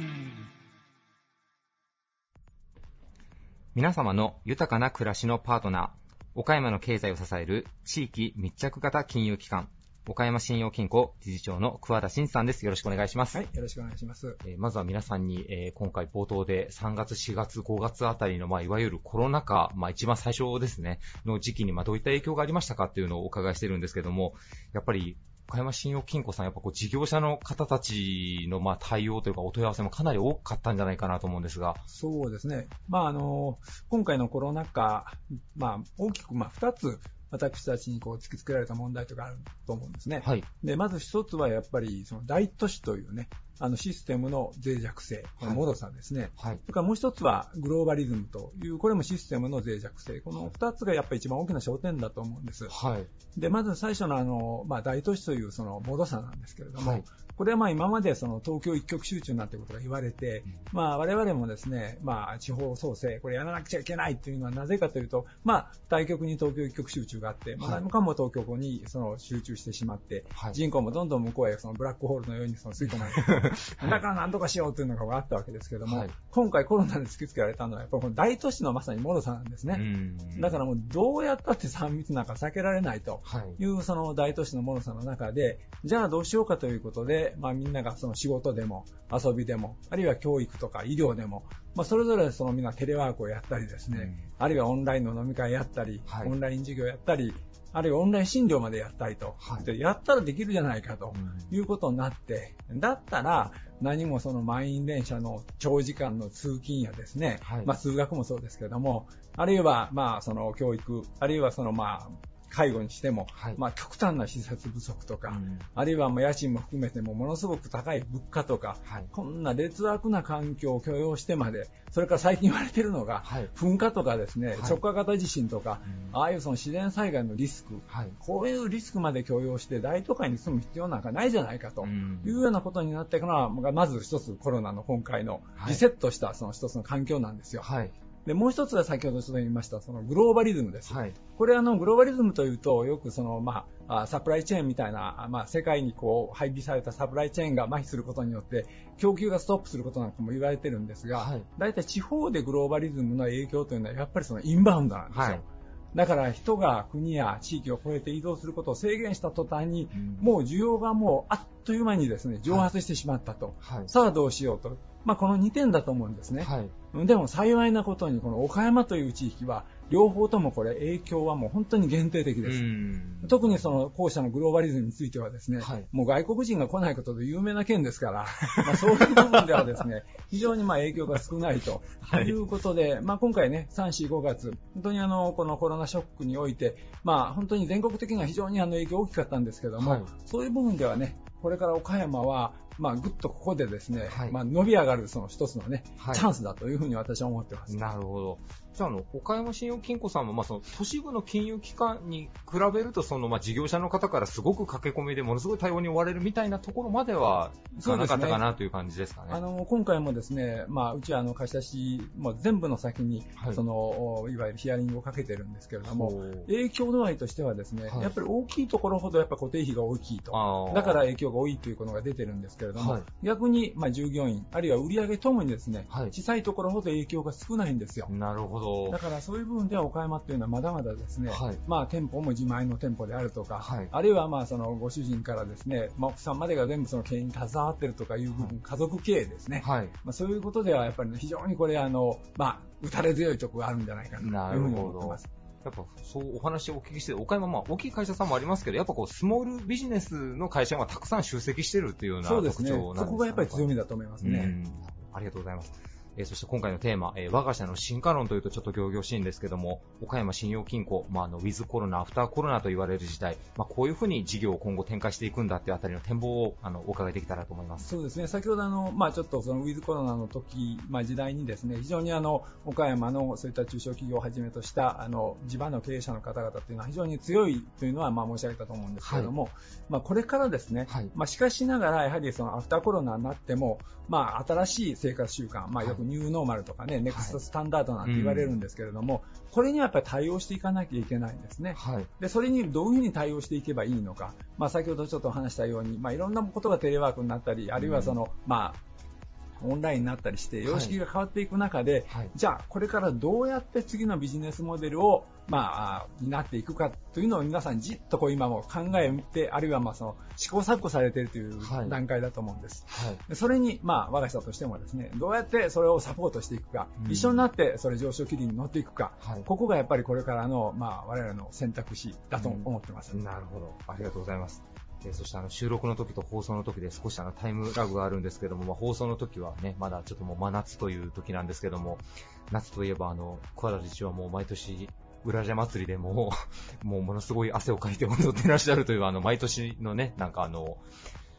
皆様の豊かな暮らしのパートナー、岡山の経済を支える地域密着型金融機関。岡山信用金庫理事長の桑田真さんです。よろしくお願いします。 はい、よろしくお願いします。 えー、まずは皆さんに、えー、今回冒頭でさんがつ、しがつ、ごがつあたりの、まあ、いわゆるコロナ禍、まあ、一番最初ですね、の時期に、まあ、どういった影響がありましたかっていうのをお伺いしてるんですけども、やっぱり、岡山信用金庫さん、やっぱこう事業者の方たちのまあ対応というかお問い合わせもかなり多かったんじゃないかなと思うんですが。 そうですね。まああの、今回のコロナ禍、まあ大きくまあふたつ、私たちにこう突きつけられた問題とかあると思うんですね。はい。で、まず一つはやっぱりその大都市というね、 あのシステムの脆弱性、この脆さですね。 はい。 それからもう一つはグローバリズムという、これもシステムの脆弱性。この二つがやっぱり一番大きな焦点だと思うんです。 はい。 で、まず最初のあの、まあ、大都市というその脆さなんですけれども、 はい、 これはまあ今までその東京一極集中になっていることが言われて、うん、まあ我々もですね、まあ地方創生、これやらなくちゃいけないというのはなぜかというと、まあ大極に東京一極集中があって、まあ何もかも東京にその集中してしまって、はい、人口もどんどん向こうへそのブラックホールのようにその吸い込まれて、はい、だから何とかしようというのがあったわけですけれども、はい、今回コロナで突きつけられたのはやっぱりこの大都市のまさに脆さなんですね。うんだからもうどうやったってさん密なんか避けられないというその大都市の脆さの中で、じゃあどうしようかということで、まあみんながその仕事でも遊びでもあるいは教育とか医療でも、まあ、それぞれそのみんなテレワークをやったりですね、うん、あるいはオンラインの飲み会やったり、はい、オンライン授業やったり、あるいはオンライン診療までやったりと、はい、でやったらできるじゃないかということになって、うん、だったら何もその満員電車の長時間の通勤やですね、はい、まあ通学もそうですけれども、あるいはまあその教育、あるいはそのまあ介護にしても、はい、まあ極端な施設不足とか、うん、あるいはまあ家賃も含めてもものすごく高い物価とか、はい、こんな劣悪な環境を許容してまで、それから最近言われているのが、はい、噴火とかですね、はい、直下型地震とか、うん、ああいうその自然災害のリスク、はい、こういうリスクまで許容して大都会に住む必要なんかないじゃないかというようなことになっていくのは、まず一つコロナの今回のリセットしたその一つの環境なんですよ。はいでもう一つは先ほどちょっと言いましたそのグローバリズムです。はい、これあのグローバリズムというとよくそのまあサプライチェーンみたいなまあ世界にこう配備されたサプライチェーンが麻痺することによって供給がストップすることなんかも言われてるんですが、はい、だいたい地方でグローバリズムの影響というのはやっぱりそのインバウンドなんですよ。はい、だから人が国や地域を越えて移動することを制限した途端に、うん、もう需要がもうあっという間にですね蒸発してしまったと、はい、さあどうしようと、まあ、このにてんだと思うんですね。はい、でも幸いなことにこの岡山という地域は両方ともこれ影響はもう本当に限定的です。特にその後者のグローバリズムについてはですね、はい、もう外国人が来ないことで有名な県ですから、まあ、そういう部分ではですね非常にまあ影響が少ないということで、はい、まあ、今回ねさん、し、ごがつ本当にあのこのコロナショックにおいて、まあ、本当に全国的には非常にあの影響大きかったんですけども、はい、そういう部分ではねこれから岡山はまあ、ぐっとここでですね、はい、まあ、伸び上がるその一つのね、はい、チャンスだというふうに私は思ってます。 なるほど。じゃあ、あの、岡山信用金庫さんも、まあ、その都市部の金融機関に比べると、その、まあ、事業者の方からすごく駆け込みでものすごい対応に追われるみたいなところまではいかなかったかなという感じですかね。 あの、今回もですね、まあ、うちはあの、貸し出し、もう全部の先に、はい、その、いわゆるヒアリングをかけてるんですけれども、影響度合いとしてはですね、はい、やっぱり大きいところほどやっぱ固定費が大きいと。だから影響が多いということが出てるんですけれども、はい、逆に、まあ、従業員、あるいは売上ともにですね、はい、小さいところほど影響が少ないんですよ。 なるほど。 だからそういう部分では岡山っていうのはまだまだですね、はい、まあ店舗も自前の店舗であるとか、はい、あるいはまあそのご主人からですね、まあ、奥さんまでが全部その経営に携わっているとかいう部分、はい、家族経営ですね。はい、まあ、そういうことではやっぱり、ね、非常にこれあの、まあ、打たれ強いところがあるんじゃないかなというふうに思ってます。 やっぱそうお話をお聞きして、岡山まあ大きい会社さんもありますけど、やっぱこうスモールビジネスの会社がたくさん集積しているというような特徴なんですね。 そうですね。そこがやっぱり強みだと思いますね。うん、 ありがとうございます。えー、そして今回のテーマ、えー、我が社の進化論というとちょっと仰々しいんですけども、岡山信用金庫、まあ、あのウィズコロナ、アフターコロナと言われる時代、まあ、こういうふうに事業を今後展開していくんだっていうあたりの展望をあのお伺いできたらと思います。 そうですね。先ほどあの、まあ、ちょっとそのウィズコロナの時、まあ、時代にですね、非常にあの岡山のそういった中小企業をはじめとしたあの地場の経営者の方々というのは非常に強いというのはまあ申し上げたと思うんですけれども、はい、まあ、これからですね、はい、まあ、しかしながらやはりそのアフターコロナになっても、まあ、新しい生活習慣、まあ、よくニューノーマルとかね、ネクストスタンダードなんて言われるんですけれども、はい、うん、これにはやっぱり対応していかなきゃいけないんですね。はい、でそれにどういうふうに対応していけばいいのか、まあ、先ほどちょっと話したように、まあ、いろんなことがテレワークになったり、あるいはその、うん、まあオンラインになったりして様式が変わっていく中で、はい、じゃあこれからどうやって次のビジネスモデルをまあ担っていくかというのを皆さんじっとこう今も考えて、あるいはまあその試行錯誤されているという段階だと思うんです。はいはい、それにまあ我が社としてもですね、どうやってそれをサポートしていくか、うん、一緒になってそれ上昇気流に乗っていくか、はい、ここがやっぱりこれからのまあ我々の選択肢だと思ってます。 うん、なるほど、ありがとうございます。えー、そしてあの収録の時と放送の時で少しあのタイムラグがあるんですけども、まあ、放送の時はねまだちょっともう真夏という時なんですけども、夏といえばあの桑田理事はもう毎年裏社祭りでももうものすごい汗をかいて踊ってらっしゃるというあの毎年のねなんかあの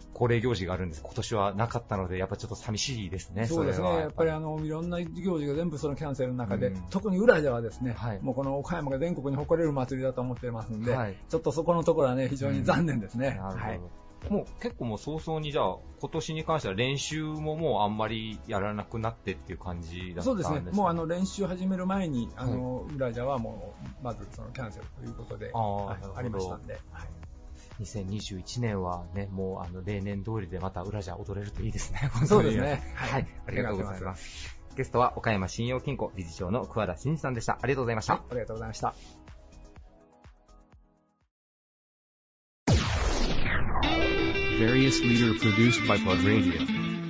恒例行事があるんです。今年はなかったので、やっぱちょっと寂しいですね。 そうですね。やっぱりあの、いろんな行事が全部そのキャンセルの中で、うん、特に浦田はですね、はい、もうこの岡山が全国に誇れる祭りだと思ってますんで、はい、ちょっとそこのところはね、非常に残念ですね。うん、なるほど。はい、 もう結構もう早々にじゃあ今年に関しては練習ももうあんまりやらなくなってっていう感じだったんですか？ そうですね。もうあの練習始める前にあの、はい、浦田はもうまずそのキャンセルということで あ,、はい、ありましたんで。はい、 にせんにじゅういちねんはね、もうあの例年通りでまた浦田踊れるといいですね。 そうですね。 はい、ありがとうございます。ゲストは岡山信用金庫理事長の桑田真二さんでした。ありがとうございました。はい、 ありがとうございました。 Various leader produced by Plug Radio.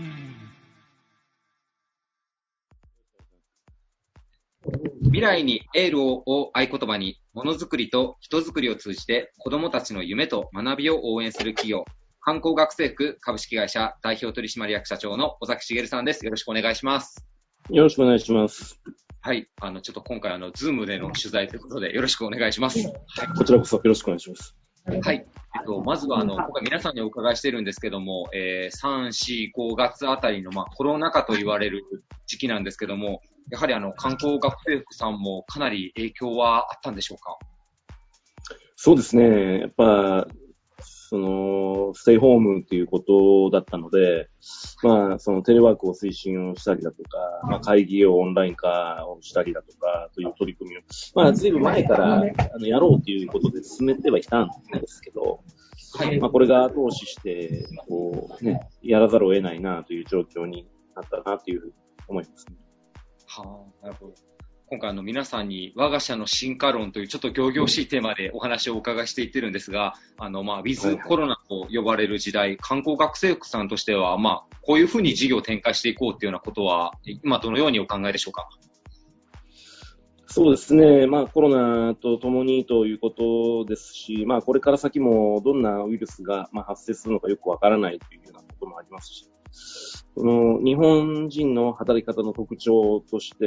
未来にエールをを合言葉に、ものづくりと人づくりを通じて子どもたちの夢と学びを応援する企業、観光学生服株式会社代表取締役社長の尾崎茂さんです。よろしくお願いします。 よろしくお願いします。 はい、あのちょっと今回あのズームでの取材ということでよろしくお願いします。はい、 こちらこそよろしくお願いします。 はい。えっと、まずは、あの、今回皆さんにお伺いしてるんですけども、えー、さん、し、ごがつあたりの、まあ、コロナ禍と言われる時期なんですけども、やはりあの、観光学生服さんもかなり影響はあったんでしょうか？ そうですね。やっぱ、その、ステイホームということだったので、まあ、そのテレワークを推進をしたりだとか、まあ、会議をオンライン化をしたりだとか、という取り組みを、まあ、ずいぶん前から、あの、やろうということで進めてはいたんですけど、はい。まあ、これが後押しして、こう、ね、やらざるを得ないなという状況になったなという思いますね。 はあ、なるほど。今回あの皆さんに我が社の進化論というちょっと仰々しいテーマでお話をお伺いしていってるんですが、あのまあウィズコロナと呼ばれる時代、観光学生服さんとしてはまあこういうふうに事業を展開していこうというようなことは今どのようにお考えでしょうか？ そうですね。まあコロナとともにということですし、まあこれから先もどんなウイルスがまあ発生するのかよくわからないというようなこともありますし、この日本人の働き方の特徴として、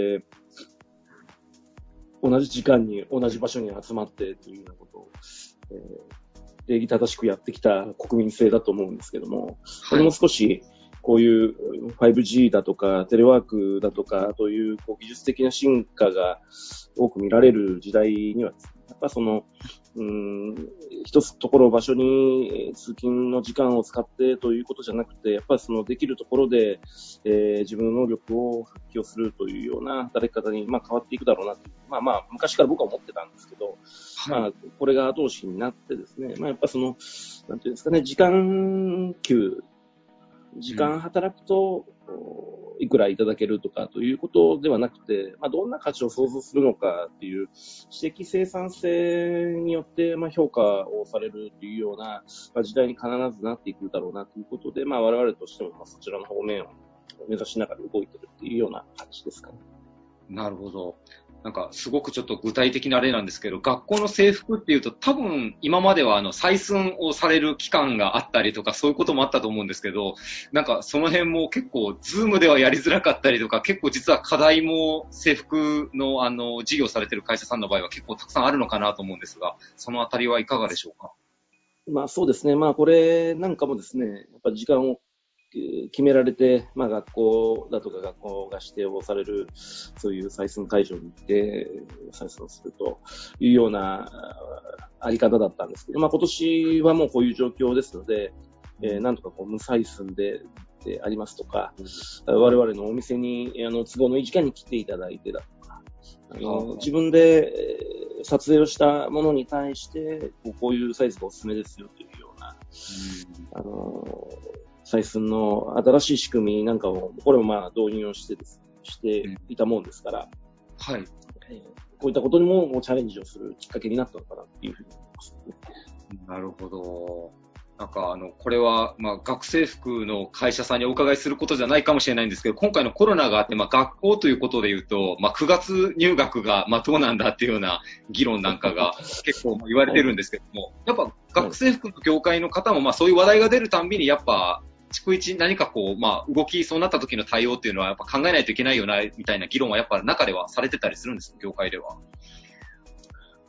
同じ時間に同じ場所に集まってというようなことを、えー、礼儀正しくやってきた国民性だと思うんですけども、これも少しこういう ファイブジー だとかテレワークだとかという、こう技術的な進化が多く見られる時代にはですね、やっぱその、うーん、一つところ場所に通勤の時間を使ってということじゃなくて、やっぱりそのできるところで、えー、自分の能力を発揮をするというような働き方に、まあ、変わっていくだろうなという、まあまあ昔から僕は思ってたんですけど、はい、まあこれが後押しになってですね、まあやっぱその、なんていうんですかね、時間給、時間働くと、うん、いくらいただけるとかということではなくて、まあ、どんな価値を創造するのかっていう知的生産性によって、まあ、評価をされるというような、まあ、時代に必ずなっていくだろうなということで、まあ、我々としても、まあ、そちらの方面を目指しながら動いているっていうような感じですかね。 なるほど。なんかすごくちょっと具体的な例なんですけど、学校の制服っていうと多分今まではあの採寸をされる期間があったりとかそういうこともあったと思うんですけど、なんかその辺も結構ズームではやりづらかったりとか、結構実は課題も制服のあの事業されてる会社さんの場合は結構たくさんあるのかなと思うんですが、そのあたりはいかがでしょうか？ まあそうですね。まあこれなんかもですね、やっぱ時間を決められて、まあ学校だとか学校が指定をされる、そういう採寸会場に行って採寸するというようなあり方だったんですけど、まあ今年はもうこういう状況ですので、えー、なんとかこう無採寸で、でありますとか、うん、我々のお店にあの都合のいい時間に来ていただいてだとか、あの自分で撮影をしたものに対してこう、こういうサイズがおすすめですよというような、うん、あの採寸の新しい仕組みなんかを、これもまあ導入をしてですね、していたもんですから、 はい。 えー、こういったことにももうチャレンジをするきっかけになったのかなっていうふうに思いますね。 なるほど。なんかあの、これはまあ学生服の会社さんにお伺いすることじゃないかもしれないんですけど、今回のコロナがあって、まあ学校ということで言うと、まあくがつ入学がまあどうなんだっていうような議論なんかが結構言われてるんですけども、やっぱ学生服の業界の方もまあそういう話題が出るたんびにやっぱ、逐一何かこう、まあ、動きそうなった時の対応っていうのはやっぱ考えないといけないよな、みたいな議論はやっぱ中ではされてたりするんですか、業界では。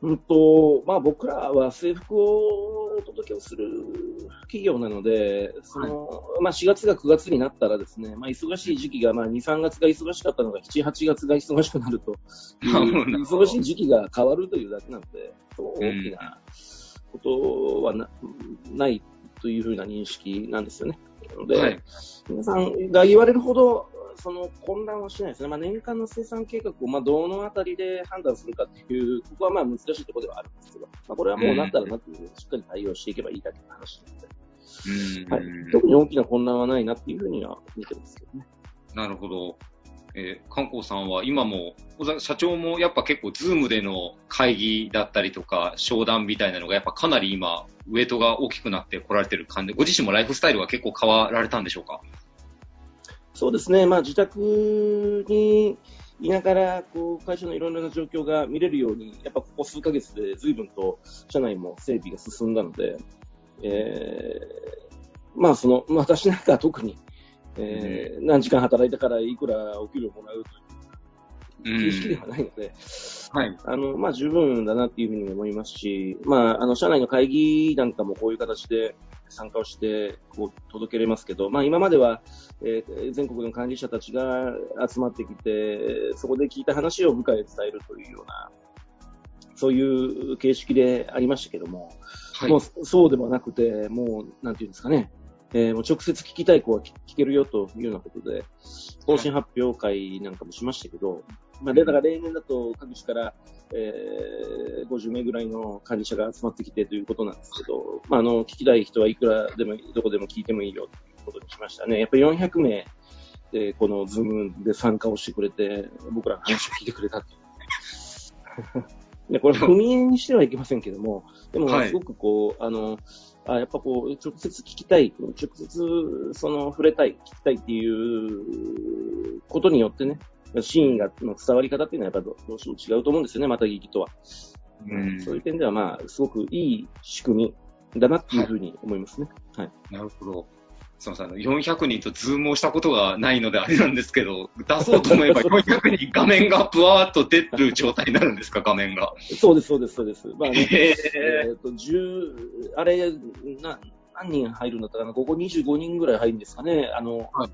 うんと、まあ僕らは制服をお届けをする企業なので、その、はい、まあしがつがくがつになったらですね、まあ忙しい時期が、まあに、さんがつが忙しかったのがしち、はちがつが忙しくなるという、忙しい時期が変わるというだけなので、大きなことは な,、うん、ないというふうな認識なんですよね。なので、はい、皆さんが言われるほど、その混乱はしないですね。まあ、年間の生産計画をまあどのあたりで判断するかっていう、ここはまあ難しいところではあるんですけど、まあ、これはもうなったらなっていう、しっかり対応していけばいいだけの話なので、はい、特に大きな混乱はないなっていうふうには見てますけどね。 なるほど。えー、観光さんは今も、社長もやっぱ結構ズームでの会議だったりとか、商談みたいなのがやっぱかなり今、ウェイトが大きくなって来られてる感じで、ご自身もライフスタイルは結構変わられたんでしょうか？ そうですね。まあ自宅にいながら、こう、会社のいろいろな状況が見れるように、やっぱここ数ヶ月で随分と社内も整備が進んだので、えー、まあその、私なんかは特に、えー、何時間働いたからいくらお給料もらうという形式ではないので、はい。あの、まあ十分だなっていうふうに思いますし、まあ、あの、社内の会議なんかもこういう形で参加をして、こう、届けれますけど、まあ今までは、えー、全国の管理者たちが集まってきて、そこで聞いた話を部下へ伝えるというような、そういう形式でありましたけども、はい、もうそうではなくて、もう、なんていうんですかね、えー、もう直接聞きたい子は聞けるよというようなことで、方針発表会なんかもしましたけど、まあ、だから例年だと各地から、えー、ごじゅうめいぐらいの管理者が集まってきてということなんですけど、まあ、あの、聞きたい人はいくらでも、どこでも聞いてもいいよということにしましたね。やっぱりよんひゃくめいで、このズームで参加をしてくれて、僕らの話を聞いてくれたという。でこれ、踏み絵にしてはいけませんけども、でも、すごくこう、はい、あの、あやっぱこう、直接聞きたい、直接、その、触れたい、聞きたいっていうことによってね、真意がの伝わり方っていうのはやっぱどうしても違うと思うんですよね、また聞きとは。うん、そういう点ではまあ、すごくいい仕組みだなっていうふうに思いますね。はい。はい、 なるほど。すみません、あの、よんひゃくにんとズームをしたことがないのであれなんですけど、出そうと思えばよんひゃくにん画面がブワーっと出る状態になるんですか、画面が。 そうです、そうです、そうです。まあね、えー、っと、10、あれ、な、何人入るんだったかな、ここにじゅうごにんぐらい入るんですかね、あの、はい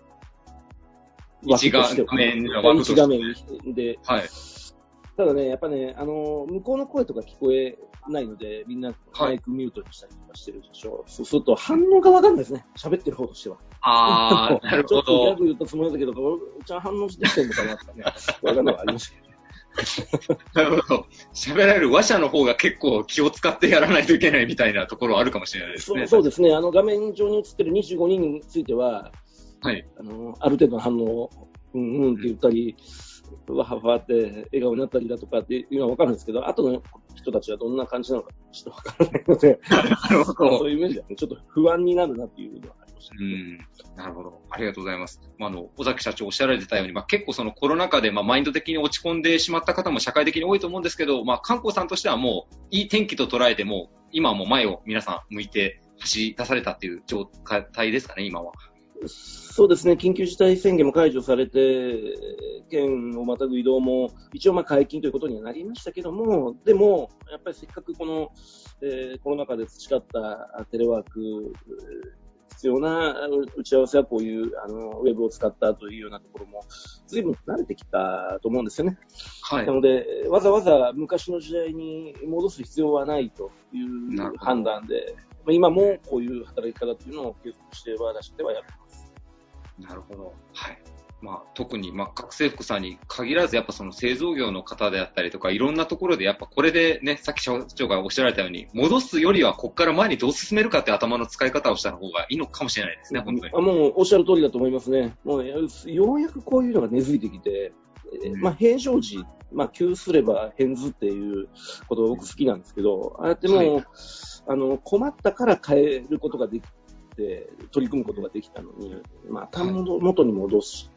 一画面の枠として。一画面で。 はい。 ただね、やっぱね、あの、向こうの声とか聞こえないので、みんなマイクミュートにしたりとかしてるでしょ。はい、そうすると反応がわかんないですね。喋ってる方としては。 ああ、なるほど。 ちょっとギャグ言ったつもりだけど、ちゃん反応してきてるのかなとかね。わかんないのがありましたけど。 なるほど。喋られる話者の方が結構気を使ってやらないといけないみたいなところあるかもしれないですね。 そう、そうですね。あの、画面上に映ってるにじゅうごにんについては、はい。あの、ある程度の反応を、うんうんって言ったり、うん、わはわって笑顔になったりだとかっていうのはわかるんですけど、後の人たちはどんな感じなのかちょっとわからないので、なるほど。そういう面では、ね、ちょっと不安になるなっていうのはありました、ね。 うん。なるほど。ありがとうございます。まあ、あの、尾崎社長おっしゃられてたように、まあ、結構そのコロナ禍で、まあ、マインド的に落ち込んでしまった方も社会的に多いと思うんですけど、まあ、観光さんとしてはもう、いい天気と捉えても、今はもう前を皆さん向いて走り出されたっていう状態ですかね、今は。 そうですね、緊急事態宣言も解除されて、県をまたぐ移動も一応まあ解禁ということにはなりましたけども、でも、やっぱりせっかくこの、えー、コロナ禍で培ったテレワーク、必要な打ち合わせはこういうあのウェブを使ったというようなところも、随分慣れてきたと思うんですよね。はい。なので、わざわざ昔の時代に戻す必要はないという判断で、今もこういう働き方というのを継続しては出してはやっています。 なるほど。はい。まあ、特に、まあ、学生服さんに限らず、やっぱその製造業の方であったりとか、いろんなところで、やっぱこれでね、さっき社長がおっしゃられたように、戻すよりは、ここから前にどう進めるかって頭の使い方をした方がいいのかもしれないですね、本当に。 あ、もう、おっしゃる通りだと思いますね。もう、ようやくこういうのが根付いてきて、うん、まあ、平常時、まあ、急すれば変図っていうことが僕好きなんですけど、ああやってもう、はい、あの、困ったから変えることができて、取り組むことができたのに、また元に戻して、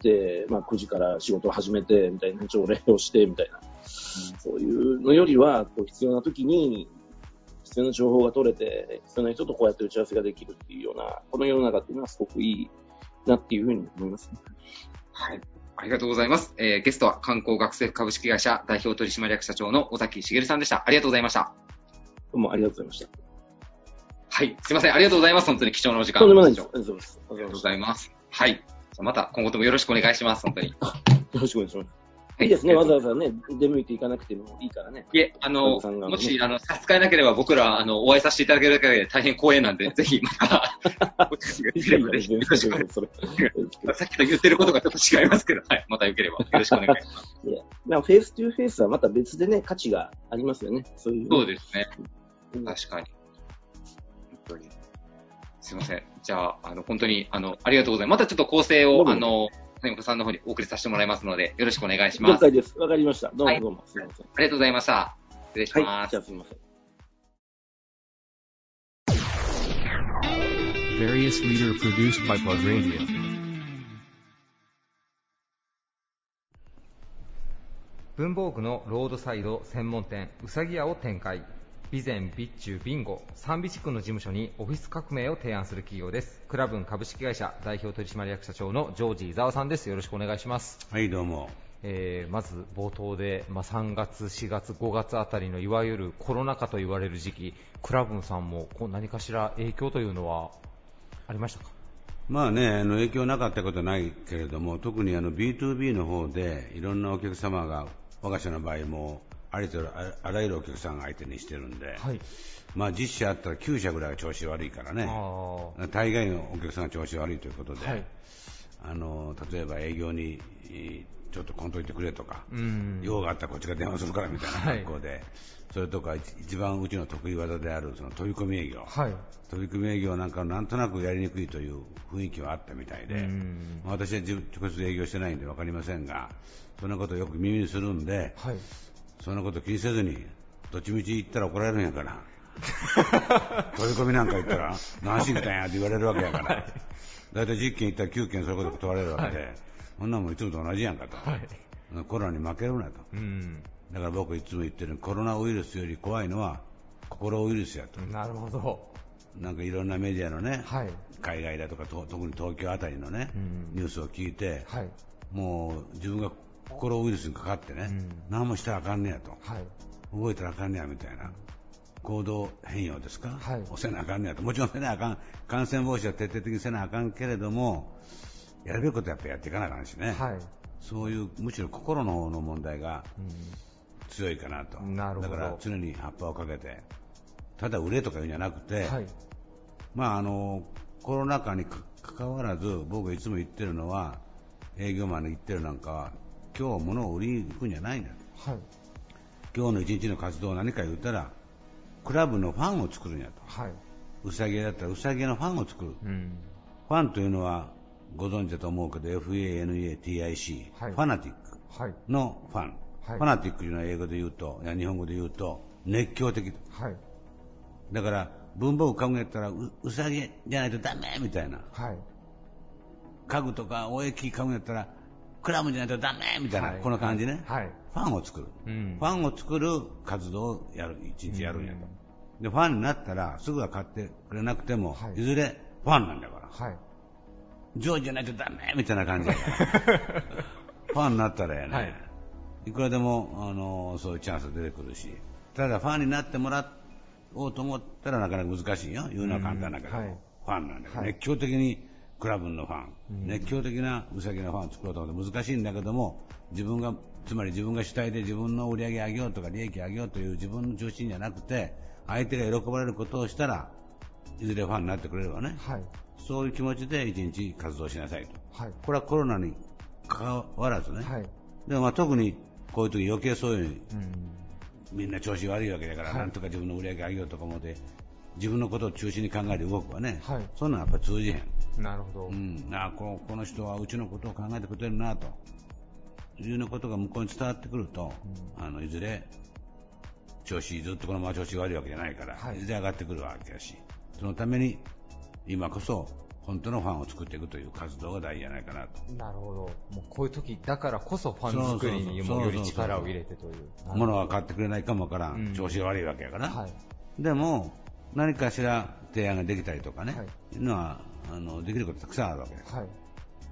まあくじから仕事を始めて、みたいな朝礼をして、みたいな、うん、そういうのよりは、こう必要な時に、必要な情報が取れて、必要な人とこうやって打ち合わせができるっていうような、この世の中っていうのはすごくいいなっていうふうに思いますね。 はい。 ありがとうございます。えー、ゲストは観光学生株式会社代表取締役社長の尾崎茂さんでした。ありがとうございました。 どうもありがとうございました。 はい、すいません、ありがとうございます。本当に貴重なお時間。 とんでもないです。ありがとうございます。 ありがとうございます。はい。じゃあまた今後ともよろしくお願いします。本当に。よろしくお願いします。いいですね、わざわざね、出向いていかなくてもいいからね。 いえ、あの、もし、あの、差し支えなければ僕ら、あの、お会いさせていただけるだけで大変光栄なんで、ぜひ、また、お知らせがよろしくお願いします。さっきと言ってることがちょっと違いますけど、はい、またよければよろしくお願いします。 いや、まあ、フェイストゥーフェイスはまた別でね、価値がありますよね。そういう、ね。 そうですね。確かに。本当に。すいません。じゃあ、あの、本当に、あの、ありがとうございます。またちょっと構成を、あの、谷岡さんの方にお送りさせてもらいますので、よろしくお願いします。 了解です。わかりました。どうもどうも。はい、すみません。 ありがとうございました。失礼します。 はい、じゃあすみません。 Various Leader produced by Plug Radio。 文房具のロードサイド専門店うさぎ屋を展開。備前備中ビンゴ三備地区の事務所にオフィス革命を提案する企業です。クラブン株式会社代表取締役社長のジョージ伊沢さんです。よろしくお願いします。 はい、どうも。 えー、まず冒頭で、まあ、さんがつしがつごがつあたりのいわゆるコロナ禍と言われる時期、クラブンさんもこう何かしら影響というのはありましたか？ まあね、あの影響なかったことはないけれども、特にあの ビーツービー の方でいろんなお客様が、我が社の場合もありとあらゆるお客さんが相手にしてるんで、はい、まあじゅっしゃあったらきゅうしゃぐらいが調子悪いからね、大概のお客さんが調子悪いということで、はい、あの例えば営業にちょっと来んといてくれとか、用があったらこっちが電話するからみたいな格好で、はい、それとか一番うちの得意技であるその飛び込み営業、はい、飛び込み営業なんかなんとなくやりにくいという雰囲気はあったみたいで、まあ、私は直接営業してないんで分かりませんが、そんなことをよく耳にするんで、はい、そんなこと気にせずにどっちみち行ったら怒られるんやから飛び込みなんか行ったら何しに来たんやって言われるわけやから、だいたいじゅっけん行ったらきゅうけんそういうこと問われるわけで、はい、そんなもんいつもと同じやんかと、はい、コロナに負けるなと、うん、だから僕いつも言ってるコロナウイルスより怖いのは心ウイルスやと。 なるほど。 なんかいろんなメディアのね、はい、海外だとか特に東京あたりのね、うん、ニュースを聞いて、はい、もう自分が心ウイルスにかかってね、うん、何もしたらあかんねやと、はい、動いたらあかんねやみたいな行動変容ですか、はい、をせなあかんねやと。もちろんせなあかん、感染防止は徹底的にせなあかんけれども、やるべきことはやっぱりやっていかなあかんしね、はい、そういうむしろ心の方の問題が強いかなと、うん、なるほど。だから常に葉っぱをかけて、ただ売れとか言うんじゃなくて、はい、まああのコロナ禍にかかわらず僕がいつも言ってるのは、営業マンに言ってるなんかは、今日は物を売りに行くんじゃないんだと、はい、今日の一日の活動は何か言ったらクラブのファンを作るんやと、はい、うさぎだったらうさぎのファンを作る、うん、ファンというのはご存知だと思うけど エフエーエヌエーティーアイシー、はい、ファナティックのファン、はい、ファナティックというのは英語で言うと、いや日本語で言うと熱狂的、はい、だから文房具買うんやったら う, うさぎじゃないとダメみたいな、はい、家具とかお駅買うんやったらクラブじゃないとダメみたいな、はい、この感じね、はい、ファンを作る、うん、ファンを作る活動をやる、一日やるんやと、うん、でファンになったらすぐは買ってくれなくても、はい、いずれファンなんだから、はい、ジョージじゃないとダメみたいな感じやからファンになったらやね、はい、いくらでも、あのー、そういうチャンス出てくるし、ただファンになってもらおうと思ったらなかなか難しいよ。言うのは簡単だけど、うん、はい、ファンなんだけど、はい、熱狂的にクラブのファン、うん、熱狂的なウサギのファンを作ろうと思って難しいんだけども、自分がつまり自分が主体で自分の売り上げ上げようとか利益上げようという自分の中心じゃなくて、相手が喜ばれることをしたらいずれファンになってくれるわね、はい、そういう気持ちで一日活動しなさいと、はい、これはコロナに関わらずね、はい、でもまあ特にこういう時余計そういう、うん、みんな調子悪いわけだから、はい、なんとか自分の売り上げ上げようとか思って自分のことを中心に考えて動くわね、はい、そんなのやっぱり通じへん。 なるほど、 うん、あここの人はうちのことを考えてくれるなというようなことが向こうに伝わってくると、うん、あのいずれ調子ずっとこのまま調子が悪いわけじゃないから、はい、いずれ上がってくるわけだし、そのために今こそ本当のファンを作っていくという活動が大事じゃないかなと。 なるほど、もうこういう時だからこそファン作りにもより力を入れてという。 物は買ってくれないかもわからん、うん、調子が悪いわけやから、はい、でも何かしら提案ができたりとかね、はい、いうのはあのできることたくさんあるわけです、はい、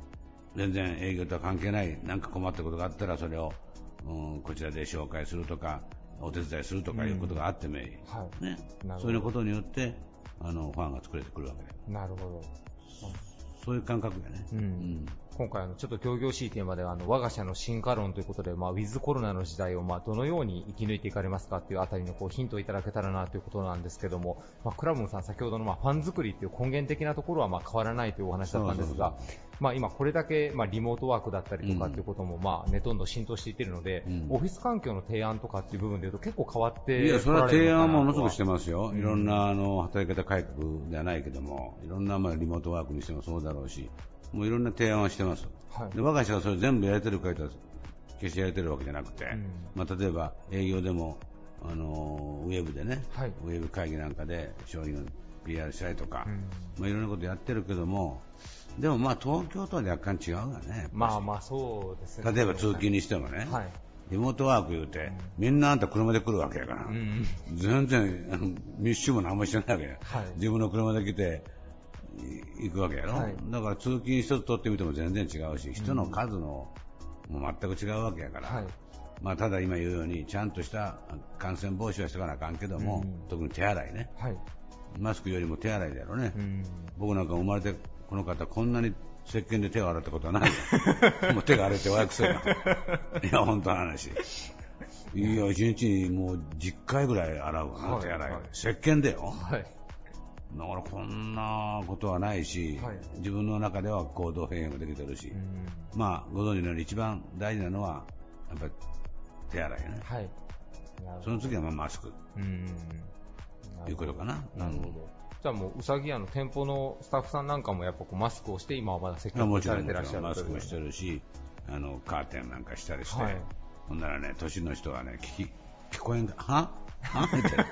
全然営業とは関係ない、なんか困ったことがあったらそれを、うん、こちらで紹介するとか、お手伝いするとかいうことがあってもいい。うんはいね、そういうことによって、あの、ファンが作れてくるわけで。 なるほど。 そういう感覚だね。うんうん、 今回あのちょっと仰々しいテーマではあの我が社の進化論ということで、まあ、ウィズコロナの時代をまあどのように生き抜いていかれますかというあたりのこうヒントをいただけたらなということなんですけども、まあ、クラブンさん先ほどのまあファン作りという根源的なところはまあ変わらないというお話だったんですが、まあ、今これだけまあリモートワークだったりとかということもまあねどんどん浸透していっているので、うん、オフィス環境の提案とかっていう部分でいうと結構変わっていやそれは提案もものすごくしてますよ。いろんなあの働き方改革ではないけども、いろんなまあリモートワークにしてもそうだろうし、もういろんな提案はしてます。はい、で我が社がそれ全部やれてるかというと決してやれてるわけじゃなくて、うんまあ、例えば営業でもあのウェブでね、はい、ウェブ会議なんかで商品を ピーアール したりとか、うんまあ、いろんなことやってるけども、でもまあ東京とは若干違うがね。 まあまあそうですね。 例えば通勤にしてもね、はい、リモートワーク言うて、うん、みんなあんた車で来るわけやから、うん、全然あの密集も何もしてないわけや、はい、自分の車で来て行くわけやろ、はい、だから通勤一つ取ってみても全然違うし、人の数のもう全く違うわけやから、はいまあ、ただ今言うようにちゃんとした感染防止はしてかなあかんけども、うん、特に手洗いね、はい、マスクよりも手洗いだろうね、うん、僕なんか生まれてこの方こんなに石鹸で手を洗ったことはないもう手が荒れておやくせやいや本当の話いや一日にもうじゅっかいぐらい洗うわな、はい、手洗い、はい、石鹸でよ、はいだからこんなことはないし、はい、自分の中では行動変容ができてるし、まあご存知のように一番大事なのはやっぱり手洗いね、はい、その次はまあマスクうんいうことかな。 なるほど、うん、じゃあもううさぎ屋の店舗のスタッフさんなんかもやっぱこうマスクをして今はまだ積極的にされてらっしゃる。 マスクをしてるし、あのカーテンなんかしたりして、はい、ほんならね年の人はね聞き聞こえんかははみたいな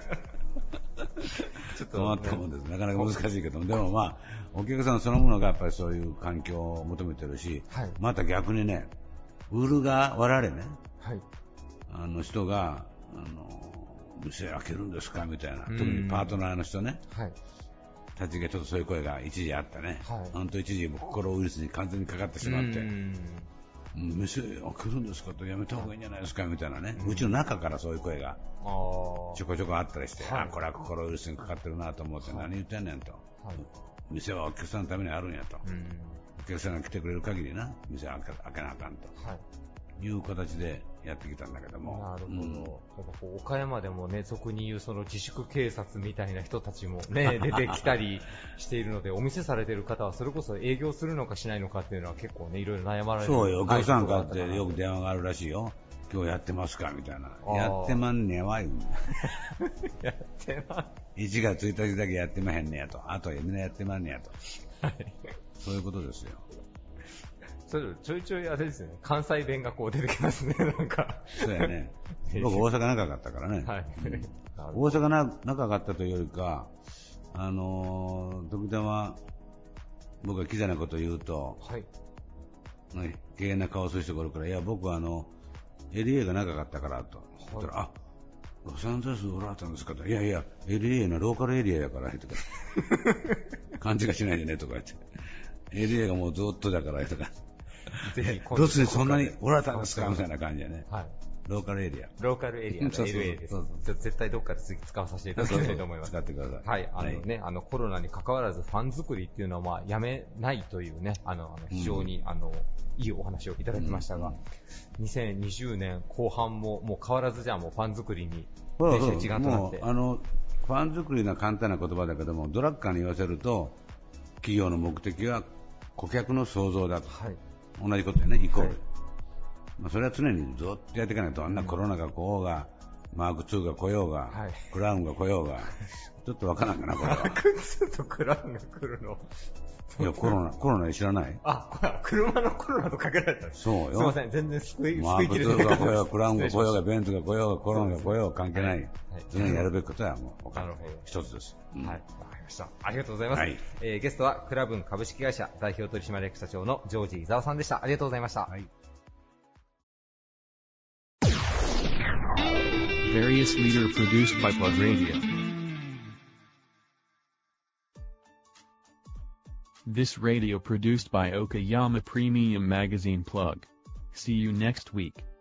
ちょっと困ったもんです。なかなか難しいけど、でもまあお客さんそのものがやっぱりそういう環境を求めてるし、はい、また逆にね、売るが我々ね、はい、あの人があの店開けるんですかみたいな、特にパートナーの人ね、はい、立ちがちょっとそういう声が一時あったね。はい、本当一時心ウイルスに完全にかかってしまって。店開けるんですかとやめた方がいいんじゃないですかみたいなね、うん、うちの中からそういう声がちょこちょこあったりして、はい、あこれは心ウイルスにかかってるなと思って、はい、何言ってんねんと、はい、店はお客さんのためにあるんやと、うん、お客さんが来てくれる限りな店は開け、開けなあかんと、はい、いう形でやってきたんだけども。 なるほど、うん、やっぱこう岡山でもね俗に言うその自粛警察みたいな人たちもね出てきたりしているのでお店されてる方はそれこそ営業するのかしないのかっていうのは結構ねいろいろ悩まれてる。 そうよ、お客さんからってよく電話があるらしいよ。今日やってますかみたいな。やってまんねやわいやってまんいちがつついたちだけやってまへんねやと、あとはみんなやってまんねやと、はい、そういうことですよ。 それちょいちょいあれですよね、関西弁がこう出てきますね、なんか。 そうやね。僕大阪長かったからね。はい。うん、大阪な長かったというよりか、あのー、時たま僕がキザなことを言うと、はい。ね、軽減な顔する人がおるから、いや僕はあのエルエー が長かったからと言ったら、はい、あ、ロサンゼルスおられたんですかと、いやいや エルエー のローカルエリアやからとか、勘違いしないでねとか言って、エルエー がもうずっとだからとか。ぜひどうするそんなにおられたんですかみたいな感じでね、はい、ローカルエリアローカルエリアの エルエー です。そうそうそう、絶対どっかで次使わさせていただきたいと思います。 使ってください。 はい、あのね、はい、あのコロナに関わらずファン作りっていうのはまあやめないというね、あのあの非常に、うん、あのいいお話をいただきましたが、うん、にせんにじゅうねんこう半ももう変わらずじゃあもうファン作りに一丸となって、 あのファン作りの簡単な言葉だけどもドラッカーに言わせると企業の目的は顧客の創造だと。はい、同じことやね、イコール、はい、まあ、それは常にずっとやっていかないと、あんなコロナが来ようが、うん、マークツーが来ようが、はい、クラウンが来ようが、ちょっとわからんかな、これは。 マークツーとクラウンが来るのいや、コロナ、コロナ知らない？ あ、車のコロナとかけられた。 そうよ。 すみません、全然救い、 マークツーが来ようが、クラウンが来ようが、ベンツが来ようが、コロナが来ようが関係ない。はい、常にやるべきことはもう、なるほど。一つです。 うん、はい。ありがとうございます。はい、えー、ゲストはクラブン株式会社代表取締役社長のジョージ伊沢さんでした。ありがとうございました。はい、 Various Leader Produced by Plug Radio This radio produced by Okayama Premium Magazine Plug. See you next week.